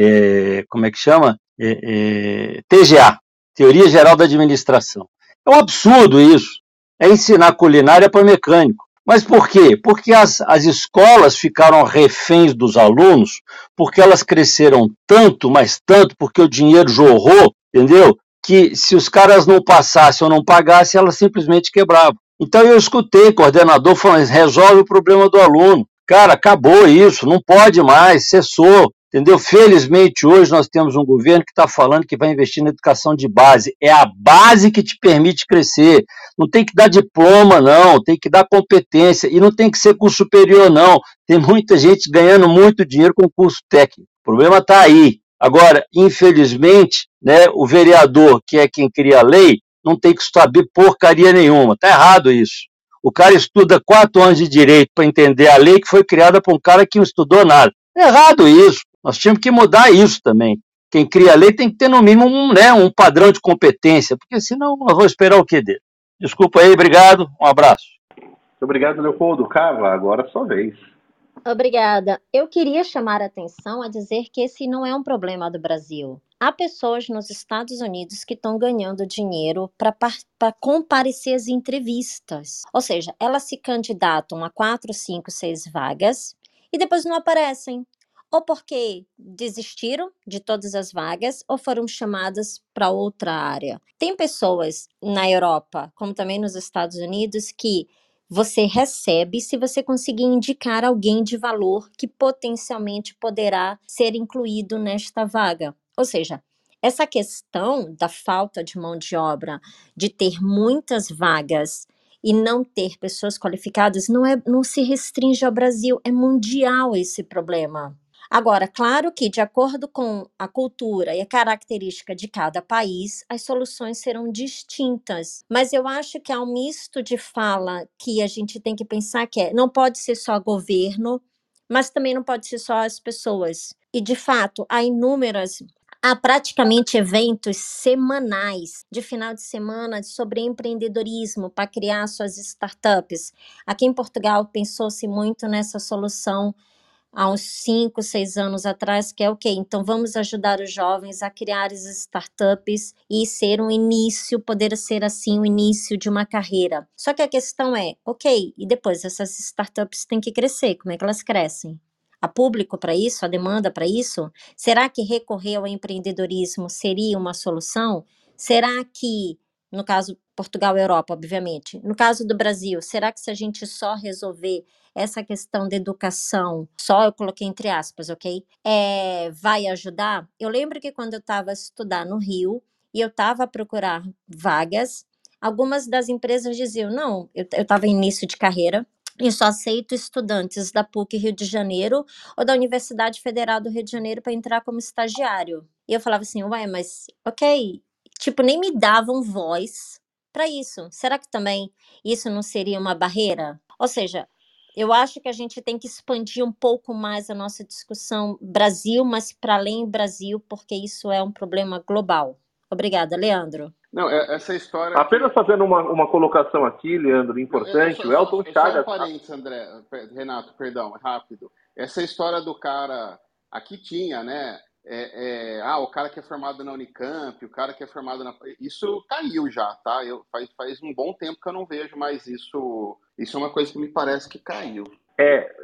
é, como é que chama? É, é, T G A, Teoria Geral da Administração. É um absurdo isso. É ensinar culinária para mecânico. Mas por quê? Porque as, as escolas ficaram reféns dos alunos, porque elas cresceram tanto, mas tanto, porque o dinheiro jorrou, entendeu? Que se os caras não passassem ou não pagassem, elas simplesmente quebravam. Então eu escutei coordenador falando, resolve o problema do aluno. Cara, acabou isso, não pode mais, cessou. Entendeu? Felizmente, hoje nós temos um governo que está falando que vai investir na educação de base. É a base que te permite crescer. Não tem que dar diploma, não. Tem que dar competência. E não tem que ser curso superior, não. Tem muita gente ganhando muito dinheiro com curso técnico. O problema está aí. Agora, infelizmente, né, o vereador, que é quem cria a lei, não tem que saber porcaria nenhuma. Está errado isso. O cara estuda quatro anos de direito para entender a lei que foi criada por um cara que não estudou nada. É errado isso. Nós tínhamos que mudar isso também. Quem cria a lei tem que ter, no mínimo, um, né, um padrão de competência, porque senão nós vamos esperar o quê dele? Desculpa aí, obrigado, um abraço. Muito obrigado, Leopoldo. Carla, agora é sua vez. Obrigada. Eu queria chamar a atenção a dizer que esse não é um problema do Brasil. Há pessoas nos Estados Unidos que estão ganhando dinheiro para comparecer às entrevistas. Ou seja, elas se candidatam a quatro, cinco, seis vagas e depois não aparecem. Ou porque desistiram de todas as vagas ou foram chamadas para outra área. Tem pessoas na Europa, como também nos Estados Unidos, que você recebe se você conseguir indicar alguém de valor que potencialmente poderá ser incluído nesta vaga. Ou seja, essa questão da falta de mão de obra, de ter muitas vagas e não ter pessoas qualificadas, não, é, não se restringe ao Brasil, é mundial esse problema. Agora, claro que, de acordo com a cultura e a característica de cada país, as soluções serão distintas. Mas eu acho que há um misto de fala que a gente tem que pensar que é, não pode ser só governo, mas também não pode ser só as pessoas. E, de fato, há inúmeras... Há praticamente eventos semanais de final de semana sobre empreendedorismo para criar suas startups. Aqui em Portugal pensou-se muito nessa solução há uns cinco, seis anos atrás, que é o quê? Então vamos ajudar os jovens a criar as startups e ser um início, poder ser assim o início de uma carreira. Só que a questão é, ok, e depois essas startups têm que crescer, como é que elas crescem? Há público para isso? Há demanda para isso? Será que recorrer ao empreendedorismo seria uma solução? Será que, no caso Portugal e Europa, obviamente, no caso do Brasil, será que se a gente só resolver essa questão da educação, só eu coloquei entre aspas, ok? É, vai ajudar? Eu lembro que quando eu estava a estudar no Rio e eu estava a procurar vagas, algumas das empresas diziam, não, eu estava em início de carreira, eu só aceito estudantes da P U C Rio de Janeiro ou da Universidade Federal do Rio de Janeiro para entrar como estagiário. E eu falava assim, ué, mas ok, tipo, nem me davam voz para isso. Será que também isso não seria uma barreira? Ou seja, eu acho que a gente tem que expandir um pouco mais a nossa discussão Brasil, mas para além Brasil, porque isso é um problema global. Obrigada, Leandro. Não, essa história... Apenas que... fazendo uma, uma colocação aqui, Leandro, importante, Não, eu, eu, o Elton só, Chagas... Só um parênteses, André, Renato, perdão, rápido. Essa história do cara... Aqui tinha, né? É, é, ah, o cara que é formado na Unicamp, o cara que é formado na... Isso caiu já, tá? Eu, faz, faz um bom tempo que eu não vejo mais isso. Isso é uma coisa que me parece que caiu. É,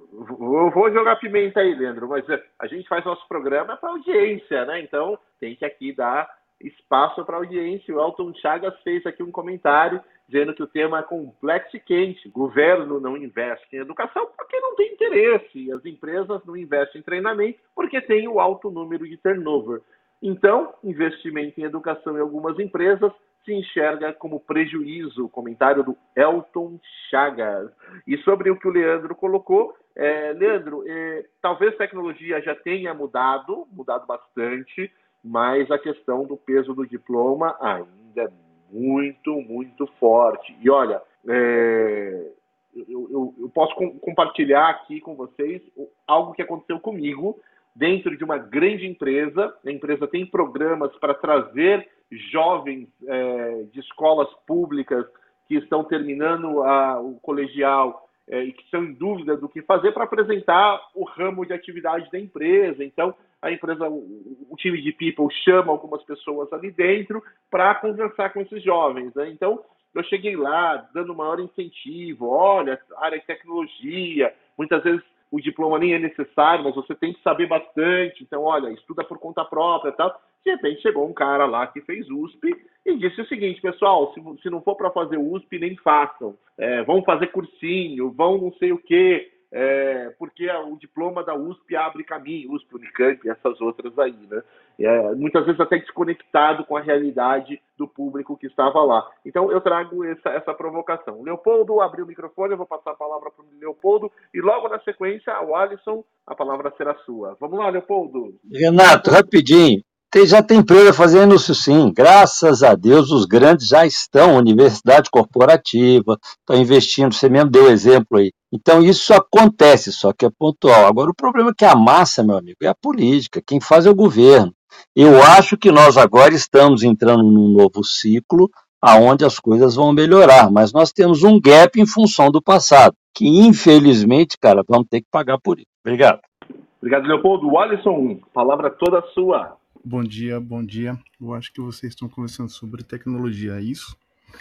eu vou jogar pimenta aí, Leandro, mas a gente faz nosso programa para audiência, né? Então tem que aqui dar espaço para audiência. O Elton Chagas fez aqui um comentário dizendo que o tema é complexo e quente. O governo não investe em educação porque não tem interesse. As empresas não investem em treinamento porque tem o alto número de turnover. Então, investimento em educação em algumas empresas se enxerga como prejuízo. Comentário do Elton Chagas. E sobre o que o Leandro colocou, é, Leandro, é, talvez a tecnologia já tenha mudado, mudado bastante, mas a questão do peso do diploma ainda é muito, muito forte. E olha, é, eu, eu, eu posso com, compartilhar aqui com vocês algo que aconteceu comigo dentro de uma grande empresa. A empresa tem programas para trazer jovens é, de escolas públicas que estão terminando a, o colegial é, e que estão em dúvida do que fazer para apresentar o ramo de atividade da empresa. Então, a empresa, o, o time de people chama algumas pessoas ali dentro para conversar com esses jovens, né? Então, eu cheguei lá dando maior incentivo, olha, área de tecnologia, muitas vezes o diploma nem é necessário, mas você tem que saber bastante, então, olha, estuda por conta própria e tal. De repente chegou um cara lá que fez U S P e disse o seguinte, pessoal, se, se não for para fazer U S P, nem façam. É, vão fazer cursinho, vão não sei o quê, é, porque o diploma da U S P abre caminho, U S P, Unicamp e essas outras aí, né? É, muitas vezes até desconectado com a realidade do público que estava lá. Então eu trago essa, essa provocação. O Leopoldo abriu o microfone, eu vou passar a palavra para o Leopoldo e logo na sequência, o Alisson, a palavra será sua. Vamos lá, Leopoldo. Renato, rapidinho. Tem, já tem empresa fazendo isso sim. Graças a Deus, os grandes já estão, universidade corporativa, estão investindo, você mesmo deu exemplo aí. Então, isso acontece, só que é pontual. Agora, o problema é que a massa, meu amigo, é a política, quem faz é o governo. Eu acho que nós agora estamos entrando num novo ciclo, aonde as coisas vão melhorar, mas nós temos um gap em função do passado, que infelizmente, cara, vamos ter que pagar por isso. Obrigado. Obrigado, Leopoldo. O Alisson, palavra toda sua. Bom dia, bom dia. Eu acho que vocês estão conversando sobre tecnologia, é isso?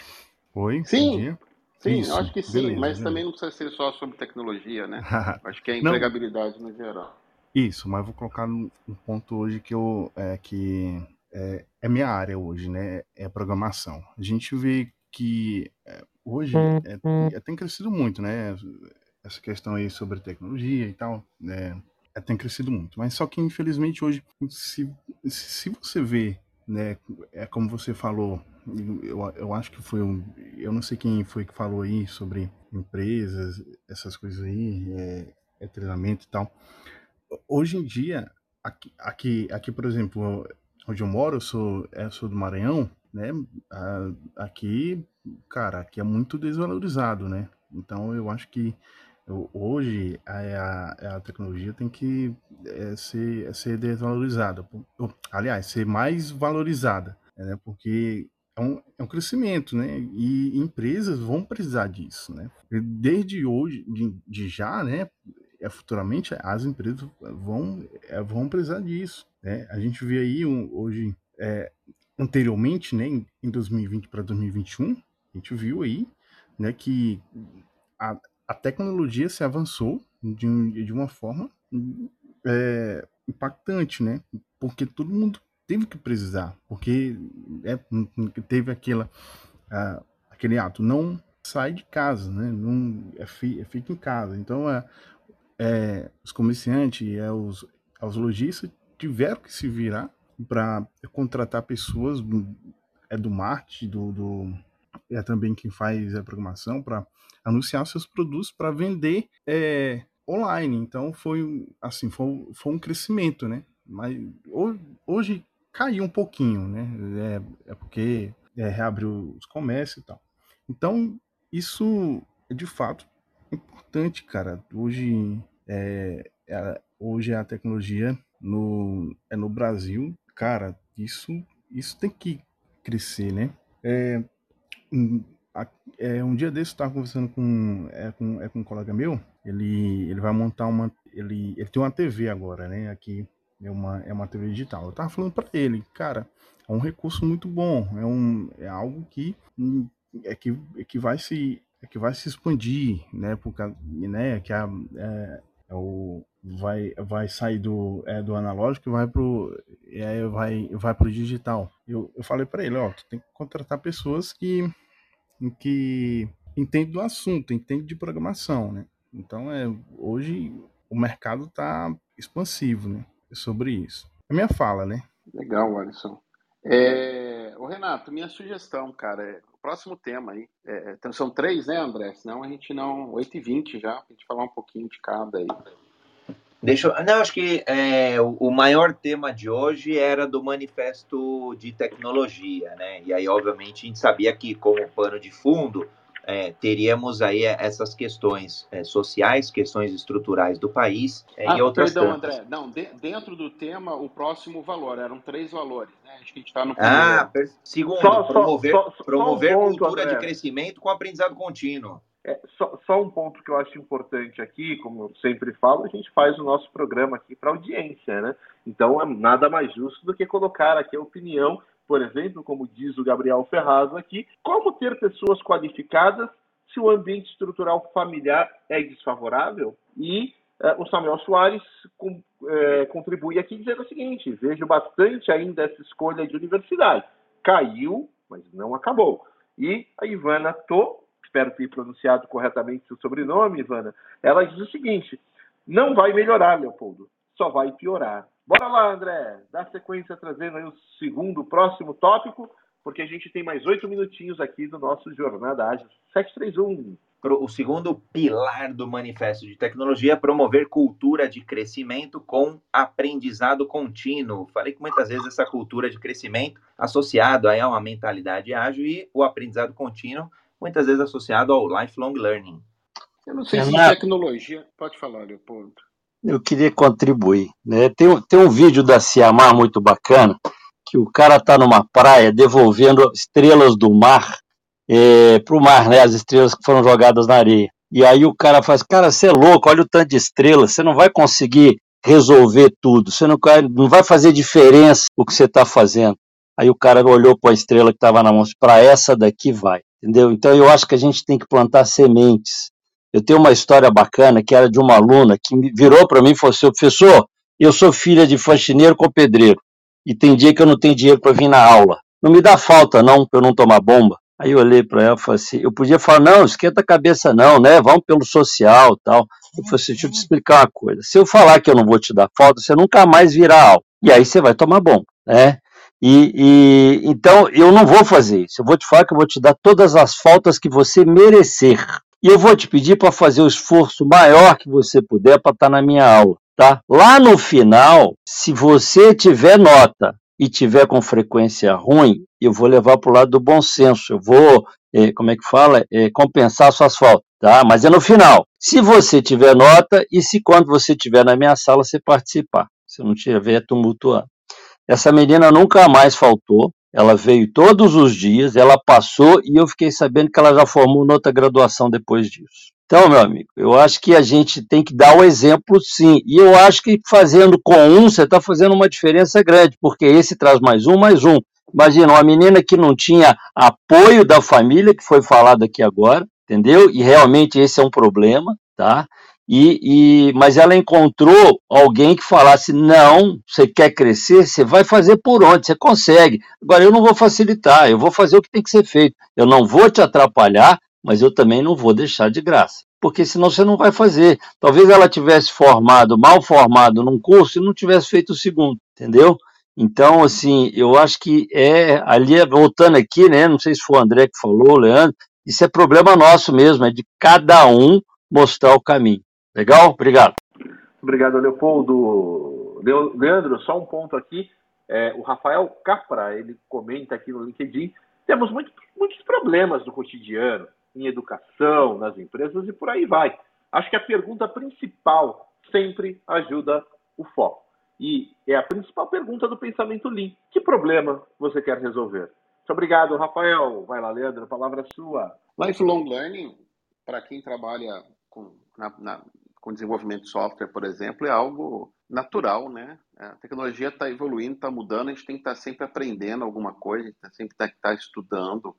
Oi, Sim, bom dia. sim, Isso, eu acho que sim, beleza, mas beleza. também não precisa ser só sobre tecnologia, né? Acho que é Não, empregabilidade no geral. isso, mas vou colocar um um ponto hoje que eu é, que é, é minha área hoje, né? É a programação. A gente vê que é, hoje é, é, tem crescido muito, né? Essa questão aí sobre tecnologia e tal, né? É, tem crescido muito. Mas só que infelizmente hoje, se, se você vê, né? É como você falou, eu, eu acho que foi um, eu não sei quem foi que falou aí sobre empresas, essas coisas aí, é, é treinamento e tal. Hoje em dia, aqui, aqui, aqui, por exemplo, onde eu moro, eu sou, eu sou do Maranhão, né? Ah, Aqui, cara, aqui é muito desvalorizado, né? Então eu acho que eu- hoje a, a, a tecnologia tem que é, ser, é ser desvalorizada. Ou, aliás, ser mais valorizada, né? Porque é um, é um crescimento, né? E empresas vão precisar disso, né? Desde hoje, de, de já, né? É, futuramente as empresas vão, é, vão precisar disso, né? A gente vê aí um, hoje, é, anteriormente, né, em, em dois mil e vinte para dois mil e vinte e um, a gente viu aí, né, que a, a tecnologia se avançou de, um, de uma forma é, impactante, né? Porque todo mundo teve que precisar, porque é, teve aquela, ah, aquele ato, não sai de casa, né? Não, é, fi, é fica em casa. Então, é, é, os comerciantes, é, os, os lojistas tiveram que se virar para contratar pessoas do, é, do marketing, do, do, é também quem faz a programação, para anunciar seus produtos para vender é, online. Então foi assim, foi, foi um crescimento, né? Mas hoje caiu um pouquinho, né? É, é porque é, reabriu os comércios e tal. Então isso é de fato importante, cara. Hoje é, é, hoje a tecnologia no, é no Brasil, cara, isso, isso tem que crescer, né? É, um, a- é, um dia desse eu estava conversando com, é, com, é com um colega meu, ele, ele vai montar uma, ele, ele tem uma T V agora, né? Aqui é uma, é uma T V digital. Eu tava falando para ele, cara, é um recurso muito bom, é, um, é algo que, hum, é que, é que vai se é que vai se expandir, né? Por causa, né? Que a, é, é o, vai, vai sair do, é, do analógico e vai pro, é, vai, vai pro digital. Eu, eu falei para ele, ó, tu tem que contratar pessoas que, que entendem do assunto, entendem de programação, né? Então, é, hoje o mercado está expansivo, né? Sobre isso. É minha fala, né? Legal, Alisson. É, ô Renato, minha sugestão, cara, é o próximo tema aí. É, então são três, né, André? Senão a gente não. oito e vinte já, pra gente falar um pouquinho de cada aí. Deixa eu, não, acho que é, o, o maior tema de hoje era do manifesto de tecnologia, né? E aí, obviamente, a gente sabia que, como pano de fundo, é, teríamos aí essas questões é, sociais, questões estruturais do país é, Ah, e outras perdão, tantas. André. Não, de- dentro do tema, o próximo valor, eram três valores, né? Acho que a gente está no Ah, primeiro. per... segundo, Só, só, promover, só, só um promover ponto, cultura de André. crescimento com aprendizado contínuo. É, só, só um ponto que eu acho importante aqui, como eu sempre falo, a gente faz o nosso programa aqui para audiência, né? Então é nada mais justo do que colocar aqui a opinião, por exemplo, como diz o Gabriel Ferraz aqui, como ter pessoas qualificadas se o ambiente estrutural familiar é desfavorável. E eh, o Samuel Soares com, eh, contribui aqui dizendo o seguinte: vejo bastante ainda essa escolha de universidade. Caiu, mas não acabou. E a Ivana Tô, espero ter pronunciado corretamente seu sobrenome, Ivana, ela diz o seguinte: não vai melhorar, Leopoldo, só vai piorar. Bora lá, André, dá sequência trazendo aí o segundo, próximo tópico, porque a gente tem mais oito minutinhos aqui do nosso Jornada Ágil sete três um. O segundo pilar do Manifesto de Tecnologia é promover cultura de crescimento com aprendizado contínuo. Falei que muitas vezes essa cultura de crescimento associado aí a uma mentalidade ágil e o aprendizado contínuo, muitas vezes associado ao lifelong learning. Eu não sei se em Renato, tecnologia. Pode falar, Leopoldo. eu queria contribuir, né? Tem, um- tem um vídeo da Ciamar muito bacana, que o cara está numa praia devolvendo estrelas do mar para o mar, né? As estrelas que foram jogadas na areia. E aí o cara faz, cara, você é louco, olha o tanto de estrelas, você não vai conseguir resolver tudo, você não vai, não vai fazer diferença o que você está fazendo. Aí o cara olhou para a estrela que estava na mão, para essa daqui vai, entendeu? Então eu acho que a gente tem que plantar sementes. Eu tenho uma história bacana que era de uma aluna que me virou para mim e falou assim: professor, eu sou filha de faxineiro com pedreiro, e tem dia que eu não tenho dinheiro para vir na aula. Não me dá falta, não, para eu não tomar bomba. Aí eu olhei para ela e falei assim: eu podia falar, não, esquenta a cabeça, não, né? Vamos pelo social e tal. Eu falei assim: deixa eu te explicar uma coisa. Se eu falar que eu não vou te dar falta, você nunca mais virá aula. E aí você vai tomar bomba, né? E, e então eu não vou fazer isso. Eu vou te falar que eu vou te dar todas as faltas que você merecer. E eu vou te pedir para fazer o esforço maior que você puder para estar na minha aula, tá? Lá no final, se você tiver nota e tiver com frequência ruim, eu vou levar para o lado do bom senso. Eu vou, eh, como é que fala? Eh, compensar suas faltas, tá? Mas é no final. Se você tiver nota e se quando você estiver na minha sala você participar. Se não tiver tumultuando. Essa menina nunca mais faltou, ela veio todos os dias, ela passou e eu fiquei sabendo que ela já formou outra graduação depois disso. Então, meu amigo, eu acho que a gente tem que dar o exemplo, sim. E eu acho que fazendo com um, você está fazendo uma diferença grande, porque esse traz mais um, mais um. Imagina, uma menina que não tinha apoio da família, que foi falado aqui agora, entendeu? E realmente esse é um problema, tá? E, e, mas ela encontrou alguém que falasse: não, você quer crescer, você vai fazer por onde, você consegue. Agora, eu não vou facilitar, eu vou fazer o que tem que ser feito. Eu não vou te atrapalhar, mas eu também não vou deixar de graça, porque senão você não vai fazer. Talvez ela tivesse formado, mal formado num curso e não tivesse feito o segundo, entendeu? Então, assim, eu acho que é, ali, voltando aqui, né, não sei se foi o André que falou, o Leandro, isso é problema nosso mesmo, é de cada um mostrar o caminho. Legal? Obrigado. Obrigado, Leopoldo. Leo- Leandro, só um ponto aqui. É, o Rafael Capra, ele comenta aqui no LinkedIn: temos muito, muitos problemas no cotidiano, em educação, nas empresas e por aí vai. Acho que a pergunta principal sempre ajuda o foco. E é a principal pergunta do pensamento Lean: que problema você quer resolver? Muito obrigado, Rafael. Vai lá, Leandro, a palavra é sua. Lifelong Learning, para quem trabalha com, na, na, com desenvolvimento de software, por exemplo, é algo natural, né? A tecnologia está evoluindo, está mudando, a gente tem que estar tá sempre aprendendo alguma coisa, a gente tá sempre tem que estar tá estudando.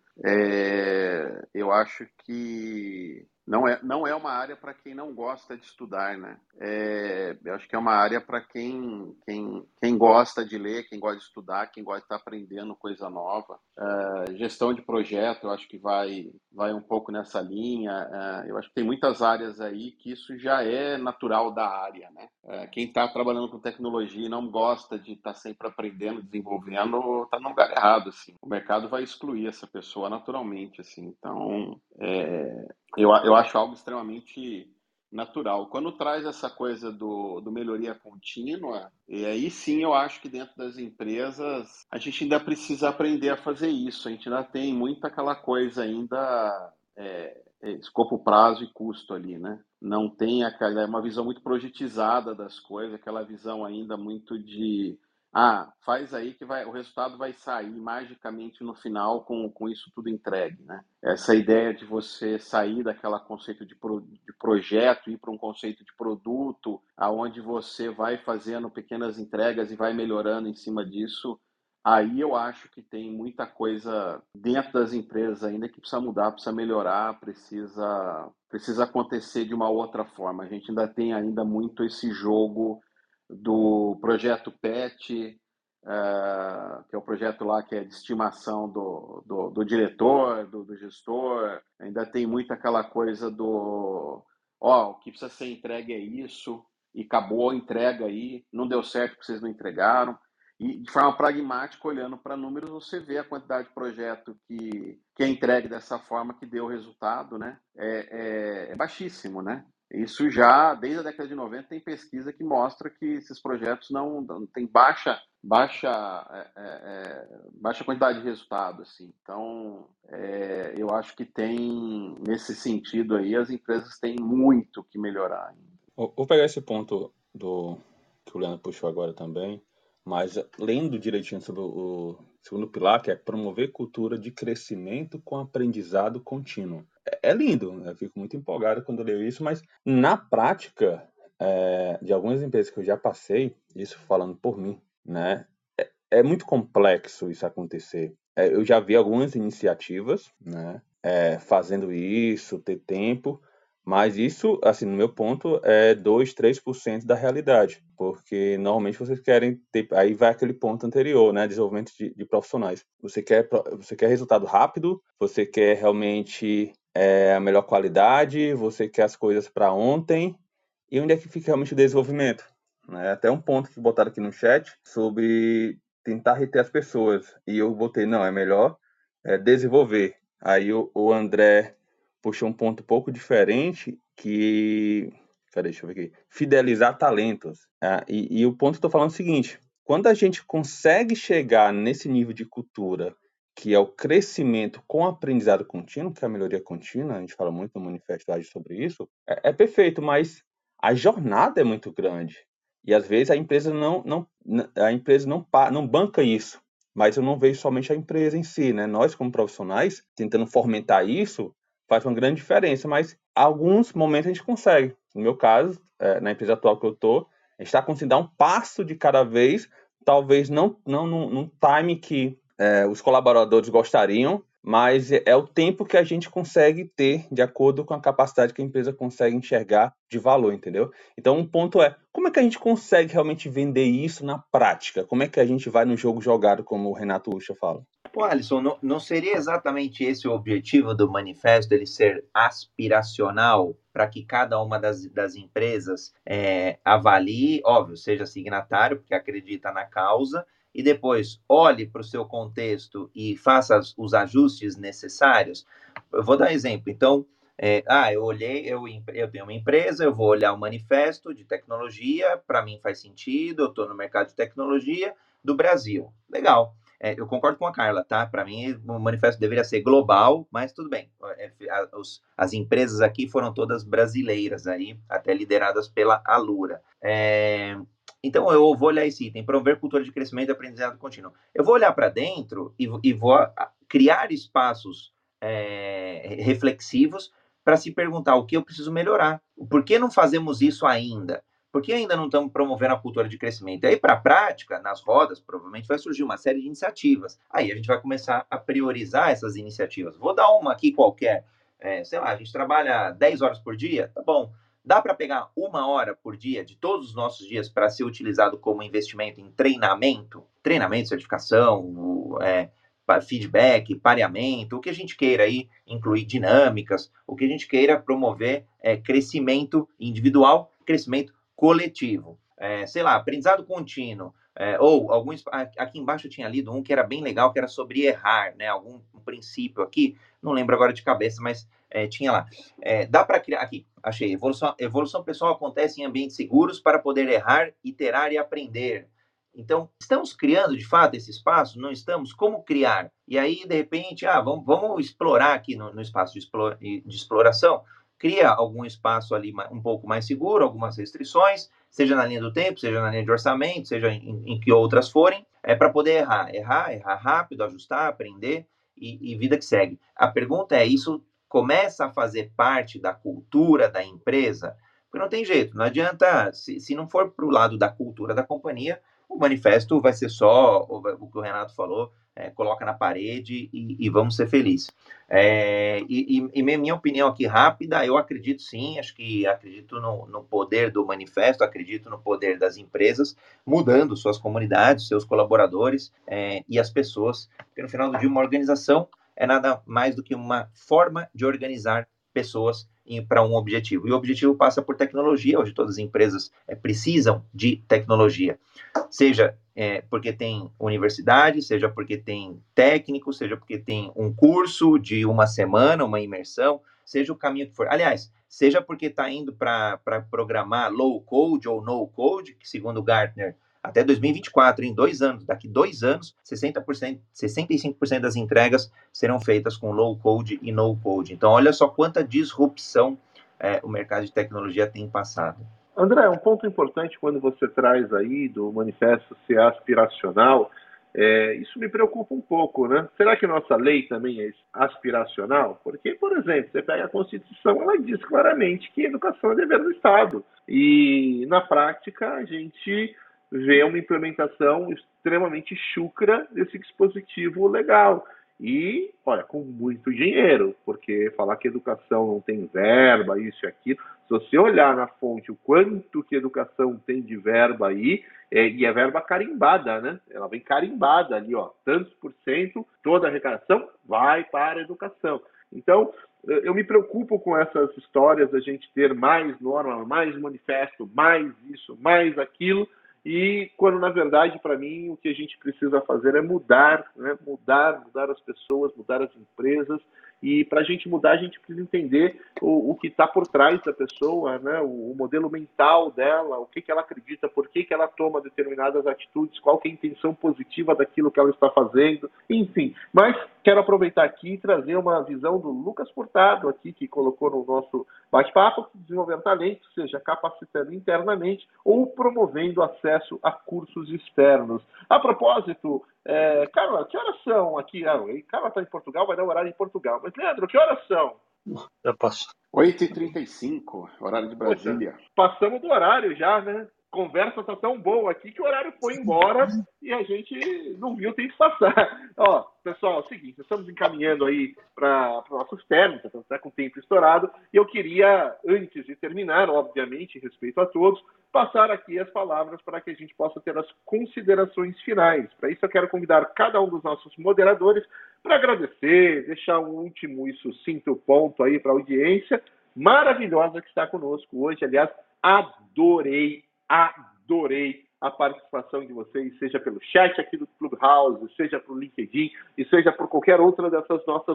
É, eu acho que não é, não é uma área para quem não gosta de estudar, né? É, eu acho que é uma área para quem, quem, quem gosta de ler, quem gosta de estudar, quem gosta de estar tá aprendendo coisa nova. Uh, gestão de projeto, eu acho que vai, vai um pouco nessa linha. Uh, eu acho que tem muitas áreas aí que isso já é natural da área, né? Uh, quem está trabalhando com tecnologia e não gosta de estar tá sempre aprendendo, desenvolvendo, está no lugar errado, assim. O mercado vai excluir essa pessoa naturalmente, assim. Então, é, eu, eu acho algo extremamente natural. Quando traz essa coisa do, do melhoria contínua, e aí sim eu acho que dentro das empresas a gente ainda precisa aprender a fazer isso. A gente ainda tem muito aquela coisa ainda é, é escopo, prazo e custo ali, né? Não tem aquela, é uma visão muito projetizada das coisas, aquela visão ainda muito de ah, faz aí que vai, o resultado vai sair magicamente no final com, com isso tudo entregue, né? Essa ideia de você sair daquela conceito de, pro, de projeto e ir para um conceito de produto, aonde você vai fazendo pequenas entregas e vai melhorando em cima disso, aí eu acho que tem muita coisa dentro das empresas ainda que precisa mudar, precisa melhorar, precisa, precisa acontecer de uma outra forma. A gente ainda tem ainda muito esse jogo do projeto P E T, uh, que é o projeto lá que é de estimação do, do, do diretor, do, do gestor. Ainda tem muito aquela coisa do, ó, oh, o que precisa ser entregue é isso, e acabou a entrega aí, não deu certo porque vocês não entregaram. E de forma pragmática, olhando para números, você vê a quantidade de projeto que, que é entregue dessa forma, que deu resultado, né? É, é, é baixíssimo, né? Isso já, desde a década de noventa, tem pesquisa que mostra que esses projetos não, não têm baixa, baixa, é, é, baixa quantidade de resultado. Assim. Então, é, eu acho que tem, nesse sentido aí, as empresas têm muito que melhorar ainda. Vou pegar esse ponto do que o Leandro puxou agora também, mas lendo direitinho sobre o segundo pilar, que é promover cultura de crescimento com aprendizado contínuo. É lindo, né? Eu fico muito empolgado quando eu leio isso, mas na prática, é, de algumas empresas que eu já passei, isso falando por mim, né? É, é muito complexo isso acontecer. É, eu já vi algumas iniciativas, né? É, fazendo isso, ter tempo, mas isso, assim, no meu ponto, é dois, três por cento da realidade, porque normalmente vocês querem ter, aí vai aquele ponto anterior, né, desenvolvimento de, de profissionais. Você quer, você quer resultado rápido, você quer realmente é, a melhor qualidade, você quer as coisas para ontem, e onde é que fica realmente o desenvolvimento? Né? Até um ponto que botaram aqui no chat sobre tentar reter as pessoas, e eu botei, não, é melhor é, desenvolver. Aí o, o André puxou um ponto um pouco diferente, que... Cadê? Deixa eu ver aqui. Fidelizar talentos. Ah, e, e o ponto que eu estou falando é o seguinte, quando a gente consegue chegar nesse nível de cultura, que é o crescimento com aprendizado contínuo, que é a melhoria contínua, a gente fala muito no Manifesto Ágil sobre isso, é, é perfeito, mas a jornada é muito grande. E às vezes a empresa não, não, a empresa não, não banca isso. Mas eu não vejo somente a empresa em si, né? Nós, como profissionais, tentando fomentar isso, faz uma grande diferença, mas alguns momentos a gente consegue. No meu caso, é, na empresa atual que eu estou, a gente está conseguindo dar um passo de cada vez, talvez não, não num, num time que é, os colaboradores gostariam, mas é, é o tempo que a gente consegue ter de acordo com a capacidade que a empresa consegue enxergar de valor, entendeu? Então, um ponto é, como é que a gente consegue realmente vender isso na prática? Como é que a gente vai no jogo jogado, como o Renato Ucha fala? Pô, Alisson, não, não seria exatamente esse o objetivo do manifesto, ele ser aspiracional, para que cada uma das, das empresas é, avalie, óbvio, seja signatário, porque acredita na causa, e depois olhe para o seu contexto e faça os ajustes necessários? Eu vou dar um exemplo. Então, é, ah, eu olhei, eu, eu tenho uma empresa, eu vou olhar o manifesto de tecnologia, para mim faz sentido, eu estou no mercado de tecnologia do Brasil. Legal. É, eu concordo com a Carla, tá? Para mim, o manifesto deveria ser global, mas tudo bem. É, a, os, as empresas aqui foram todas brasileiras, aí, até lideradas pela Alura. É, então, eu vou olhar esse item, promover cultura de crescimento e aprendizado contínuo. Eu vou olhar para dentro e, e vou a, criar espaços é, reflexivos para se perguntar o que eu preciso melhorar. Por que não fazemos isso ainda? Por que ainda não estamos promovendo a cultura de crescimento? E aí, para a prática, nas rodas, provavelmente vai surgir uma série de iniciativas. Aí a gente vai começar a priorizar essas iniciativas. Vou dar uma aqui qualquer. É, sei lá, a gente trabalha dez horas por dia? Tá bom. Dá para pegar uma hora por dia de todos os nossos dias para ser utilizado como investimento em treinamento? Treinamento, certificação, é, feedback, pareamento, o que a gente queira aí, incluir dinâmicas, o que a gente queira promover é crescimento individual, crescimento coletivo. É, sei lá, aprendizado contínuo. É, ou alguns. Aqui embaixo eu tinha lido um que era bem legal, que era sobre errar, né? Algum um princípio aqui, não lembro agora de cabeça, mas é, tinha lá. É, dá para criar. Aqui, achei. Evolução, evolução pessoal acontece em ambientes seguros para poder errar, iterar e aprender. Então, estamos criando, de fato, esse espaço? Não estamos? Como criar? E aí, de repente, ah, vamos, vamos explorar aqui no, no espaço de, explora, de exploração, cria algum espaço ali um pouco mais seguro, algumas restrições, seja na linha do tempo, seja na linha de orçamento, seja em, em que outras forem, é para poder errar. Errar, errar rápido, ajustar, aprender e, e vida que segue. A pergunta é, isso começa a fazer parte da cultura da empresa? Porque não tem jeito, não adianta, se, se não for para o lado da cultura da companhia, o manifesto vai ser só o, o que o Renato falou, é, coloca na parede e, e vamos ser felizes. É, e, e, minha opinião aqui rápida, eu acredito sim, acho que acredito no, no poder do manifesto, acredito no poder das empresas, mudando suas comunidades, seus colaboradores é, e as pessoas, porque no final do dia uma organização é nada mais do que uma forma de organizar pessoas para um objetivo. E o objetivo passa por tecnologia, hoje todas as empresas é, precisam de tecnologia. Seja é, porque tem universidade, seja porque tem técnico, seja porque tem um curso de uma semana, uma imersão, seja o caminho que for. Aliás, seja porque está indo para programar low code ou no code, que segundo o Gartner, até dois mil e vinte e quatro, em dois anos, daqui dois anos, sessenta por cento, sessenta e cinco por cento das entregas serão feitas com low code e no code. Então, olha só quanta disrupção é, o mercado de tecnologia tem passado. André, um ponto importante quando você traz aí do manifesto ser aspiracional, é, isso me preocupa um pouco, né? Será que nossa lei também é aspiracional? Porque, por exemplo, você pega a Constituição, ela diz claramente que educação é dever do Estado. E, na prática, a gente vê uma implementação extremamente chucra desse dispositivo legal. E, olha, com muito dinheiro, porque falar que educação não tem verba, isso e aquilo, se você olhar na fonte o quanto que educação tem de verba aí, é, e é verba carimbada, né? Ela vem carimbada ali, ó, tantos por cento, toda a arrecadação vai para a educação. Então, eu me preocupo com essas histórias da gente ter mais norma, mais manifesto, mais isso, mais aquilo, e quando, na verdade, para mim, o que a gente precisa fazer é mudar, né? mudar, mudar as pessoas, mudar as empresas, e para a gente mudar, a gente precisa entender o, o que está por trás da pessoa, né? o, o modelo mental dela, o que, que ela acredita, por que, que ela toma determinadas atitudes, qual que é a intenção positiva daquilo que ela está fazendo, enfim. Mas quero aproveitar aqui e trazer uma visão do Lucas Furtado, aqui, que colocou no nosso bate-papo, desenvolvendo talento, seja capacitando internamente ou promovendo acesso a cursos externos. A propósito, é, Carla, que horas são aqui? Ah, Carla está em Portugal, vai dar o horário em Portugal. Mas, Leandro, que horas são? Já passou. oito e trinta e cinco, horário de Brasília. Poxa, passamos do horário já, né? Conversa tá tão boa aqui que o horário foi embora e a gente não viu o tempo passar. Ó, pessoal, é o seguinte, nós estamos encaminhando aí para nossos términos, estamos até com o tempo estourado, e eu queria, antes de terminar, obviamente, em respeito a todos, passar aqui as palavras para que a gente possa ter as considerações finais. Para isso eu quero convidar cada um dos nossos moderadores para agradecer, deixar um último e sucinto ponto aí para a audiência maravilhosa que está conosco hoje. Aliás, adorei Adorei a participação de vocês, seja pelo chat aqui do Clubhouse, seja pelo LinkedIn e seja por qualquer outra dessas nossas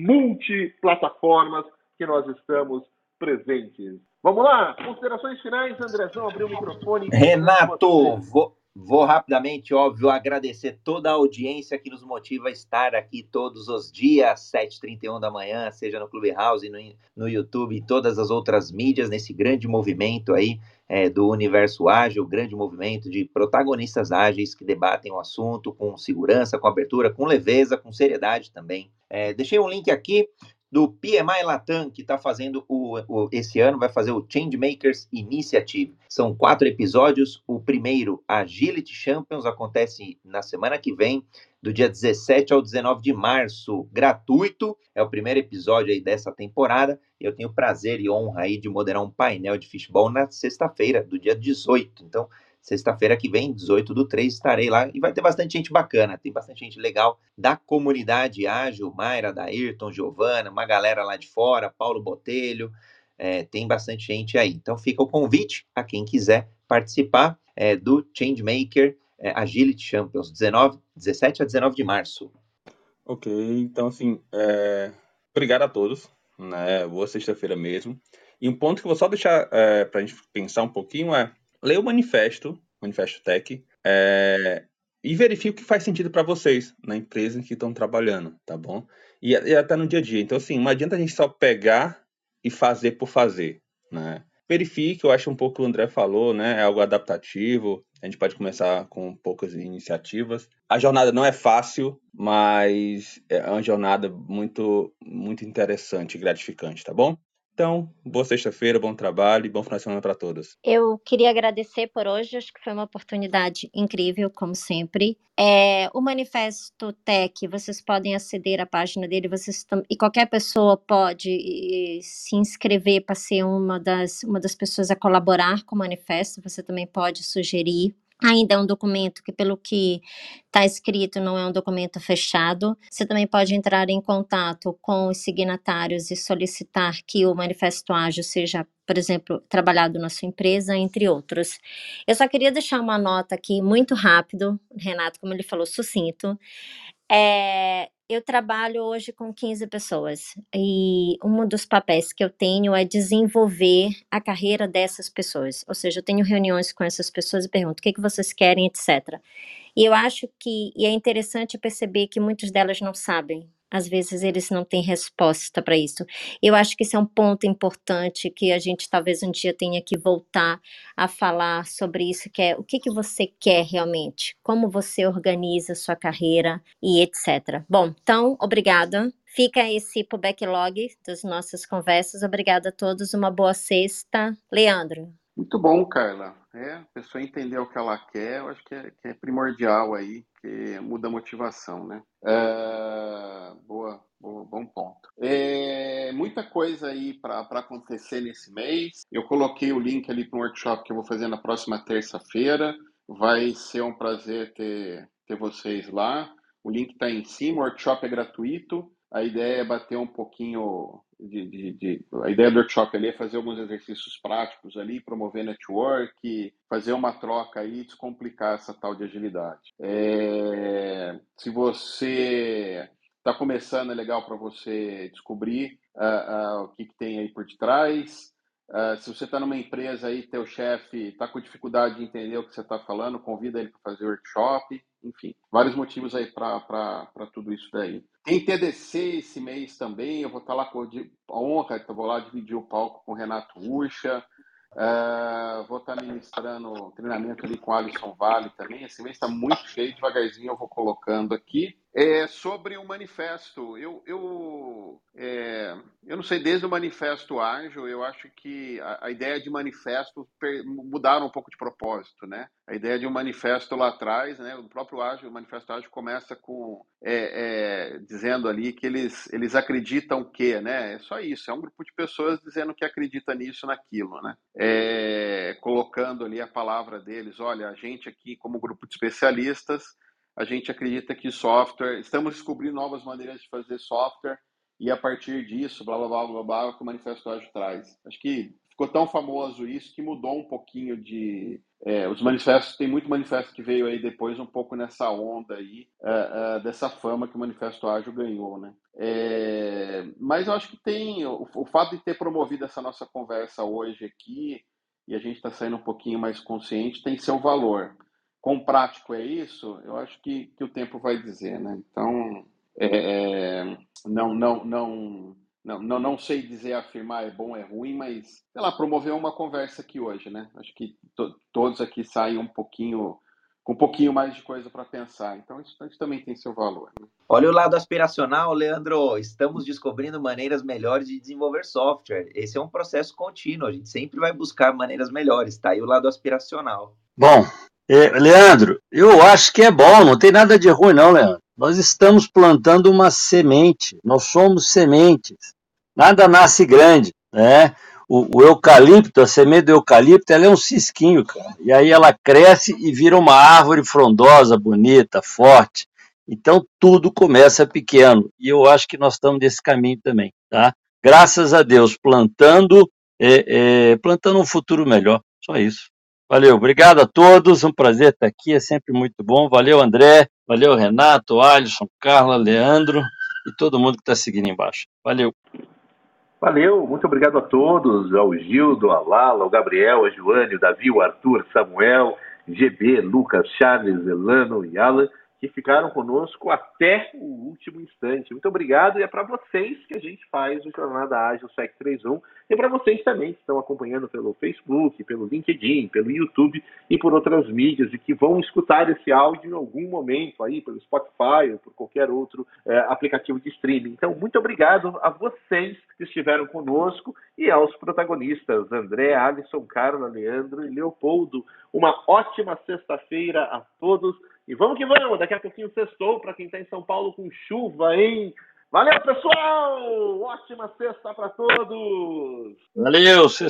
multiplataformas que nós estamos presentes. Vamos lá, considerações finais, Andrezão, abriu o microfone. Renato, vou, vou rapidamente, óbvio, agradecer toda a audiência que nos motiva a estar aqui todos os dias, sete e trinta e um da manhã, seja no Clubhouse, no, no YouTube e todas as outras mídias, nesse grande movimento aí, É, do universo ágil, grande movimento de protagonistas ágeis que debatem o assunto com segurança, com abertura, com leveza, com seriedade também. É, deixei um link aqui do P M I Latam, que está fazendo o, o, esse ano, vai fazer o Changemakers Initiative. São quatro episódios. O primeiro, Agility Champions, acontece na semana que vem, do dia dezessete ao dezenove de março, gratuito. É o primeiro episódio aí dessa temporada. Eu tenho o prazer e honra aí de moderar um painel de futebol na sexta-feira, do dia dezoito. Então, sexta-feira que vem, dezoito do três, estarei lá e vai ter bastante gente bacana, tem bastante gente legal da comunidade ágil, Mayra, da Ayrton, Giovana, uma galera lá de fora, Paulo Botelho, é, tem bastante gente aí. Então fica o convite a quem quiser participar é, do Changemaker é, Agility Champions, dezenove, dezessete a dezenove de março. Ok, então assim, é... obrigado a todos, né? Boa sexta-feira mesmo. E um ponto que eu vou só deixar é, para a gente pensar um pouquinho é ler o manifesto, Manifesto Tech, É, e verifique o que faz sentido para vocês na empresa em que estão trabalhando, tá bom? E, e até no dia a dia. Então, assim, não adianta a gente só pegar e fazer por fazer, né? Verifique, eu acho um pouco o que o André falou, né? É algo adaptativo. A gente pode começar com poucas iniciativas. A jornada não é fácil, mas é uma jornada muito, muito interessante e gratificante, tá bom? Então, boa sexta-feira, bom trabalho e bom final de semana para todos. Eu queria agradecer por hoje, acho que foi uma oportunidade incrível, como sempre. É, o Manifesto Tech, vocês podem aceder à página dele, vocês tam- e qualquer pessoa pode e, se inscrever para ser uma das, uma das pessoas a colaborar com o Manifesto, você também pode sugerir. Ainda é um documento que, pelo que está escrito, não é um documento fechado. Você também pode entrar em contato com os signatários e solicitar que o Manifesto Ágil seja, por exemplo, trabalhado na sua empresa, entre outros. Eu só queria deixar uma nota aqui, muito rápido, Renato, como ele falou, sucinto. É, eu trabalho hoje com quinze pessoas e um dos papéis que eu tenho é desenvolver a carreira dessas pessoas. Ou seja, eu tenho reuniões com essas pessoas e pergunto o que, que vocês querem, etcétera. E eu acho que e é interessante perceber que muitas delas não sabem. Às vezes eles não têm resposta para isso. Eu acho que isso é um ponto importante que a gente talvez um dia tenha que voltar a falar sobre isso, que é o que, que você quer realmente, como você organiza a sua carreira e etcétera. Bom, então, obrigada. Fica esse pro backlog das nossas conversas. Obrigada a todos. Uma boa sexta. Leandro. Muito bom, Carla. É, a pessoa entender o que ela quer, eu acho que é, que é primordial aí, que muda a motivação, né? É, boa, boa, bom ponto. É, muita coisa aí para acontecer nesse mês. Eu coloquei o link ali para um workshop que eu vou fazer na próxima terça-feira. Vai ser um prazer ter, ter vocês lá. O link está em cima, o workshop é gratuito. A ideia é bater um pouquinho de, de, de, a ideia do workshop ali é fazer alguns exercícios práticos ali, promover network, fazer uma troca aí, descomplicar essa tal de agilidade. É, se você está começando, é legal para você descobrir uh, uh, o que, que tem aí por detrás. Uh, se você está numa empresa aí, teu chefe está com dificuldade de entender o que você está falando, convida ele para fazer workshop. Enfim, vários motivos aí para tudo isso daí. Tem T D C esse mês também, eu vou estar lá com a honra, eu vou lá dividir o palco com o Renato Ucha, uh, vou estar ministrando treinamento ali com o Alisson Vale também. Esse mês está muito cheio, devagarzinho eu vou colocando aqui. É, sobre o manifesto, eu, eu, é, eu não sei, desde o manifesto ágil, eu acho que a, a ideia de manifesto per, mudaram um pouco de propósito, né? A ideia de um manifesto lá atrás, né? O próprio ágil, o manifesto ágil começa com é, é, dizendo ali que eles, eles acreditam que, né? É só isso, é um grupo de pessoas dizendo que acredita nisso, naquilo, né? É, colocando ali a palavra deles, olha, a gente aqui como grupo de especialistas, a gente acredita que software, estamos descobrindo novas maneiras de fazer software e a partir disso, blá, blá, blá, blá, blá, que o Manifesto Ágil traz. Acho que ficou tão famoso isso que mudou um pouquinho de... É, os manifestos, tem muito manifesto que veio aí depois um pouco nessa onda aí, uh, uh, dessa fama que o Manifesto Ágil ganhou, né? É, mas eu acho que tem, o, o fato de ter promovido essa nossa conversa hoje aqui, e a gente está saindo um pouquinho mais consciente, tem seu valor. Quão prático é isso? Eu acho que, que o tempo vai dizer, né? Então, é, não, não, não, não, não, não sei dizer, afirmar é bom, é ruim, mas, sei lá, promover uma conversa aqui hoje, né? Acho que to, todos aqui saem um pouquinho, com um pouquinho mais de coisa para pensar. Então, isso, isso também tem seu valor, né? Olha o lado aspiracional, Leandro. Estamos descobrindo maneiras melhores de desenvolver software. Esse é um processo contínuo. A gente sempre vai buscar maneiras melhores. Tá aí o lado aspiracional. Bom, é, Leandro, eu acho que é bom. Não tem nada de ruim, não, Leandro. Nós estamos plantando uma semente. Nós somos sementes. Nada nasce grande, né? O, o eucalipto, a semente do eucalipto, ela é um cisquinho, cara. E aí ela cresce e vira uma árvore frondosa, bonita, forte. Então tudo começa pequeno. E eu acho que nós estamos nesse caminho também, tá? Graças a Deus, plantando, é, é, plantando um futuro melhor. Só isso. Valeu, obrigado a todos. Um prazer estar aqui, é sempre muito bom. Valeu, André. Valeu, Renato, Alisson, Carla, Leandro e todo mundo que está seguindo embaixo. Valeu. Valeu, muito obrigado a todos, ao Gildo, a Lala, ao Gabriel, a Joane, o Davi, o Arthur, Samuel, G B, Lucas, Charles, Elano e Alan, que ficaram conosco até o último instante. Muito obrigado, e é para vocês que a gente faz o Jornada Ágil S E C trinta e um, e para vocês também que estão acompanhando pelo Facebook, pelo LinkedIn, pelo YouTube e por outras mídias, e que vão escutar esse áudio em algum momento aí, pelo Spotify ou por qualquer outro é, aplicativo de streaming. Então, muito obrigado a vocês que estiveram conosco e aos protagonistas, André, Alisson, Carla, Leandro e Leopoldo. Uma ótima sexta-feira a todos. E vamos que vamos, daqui a pouquinho sextou para quem está em São Paulo com chuva, hein? Valeu, pessoal! Ótima sexta para todos! Valeu,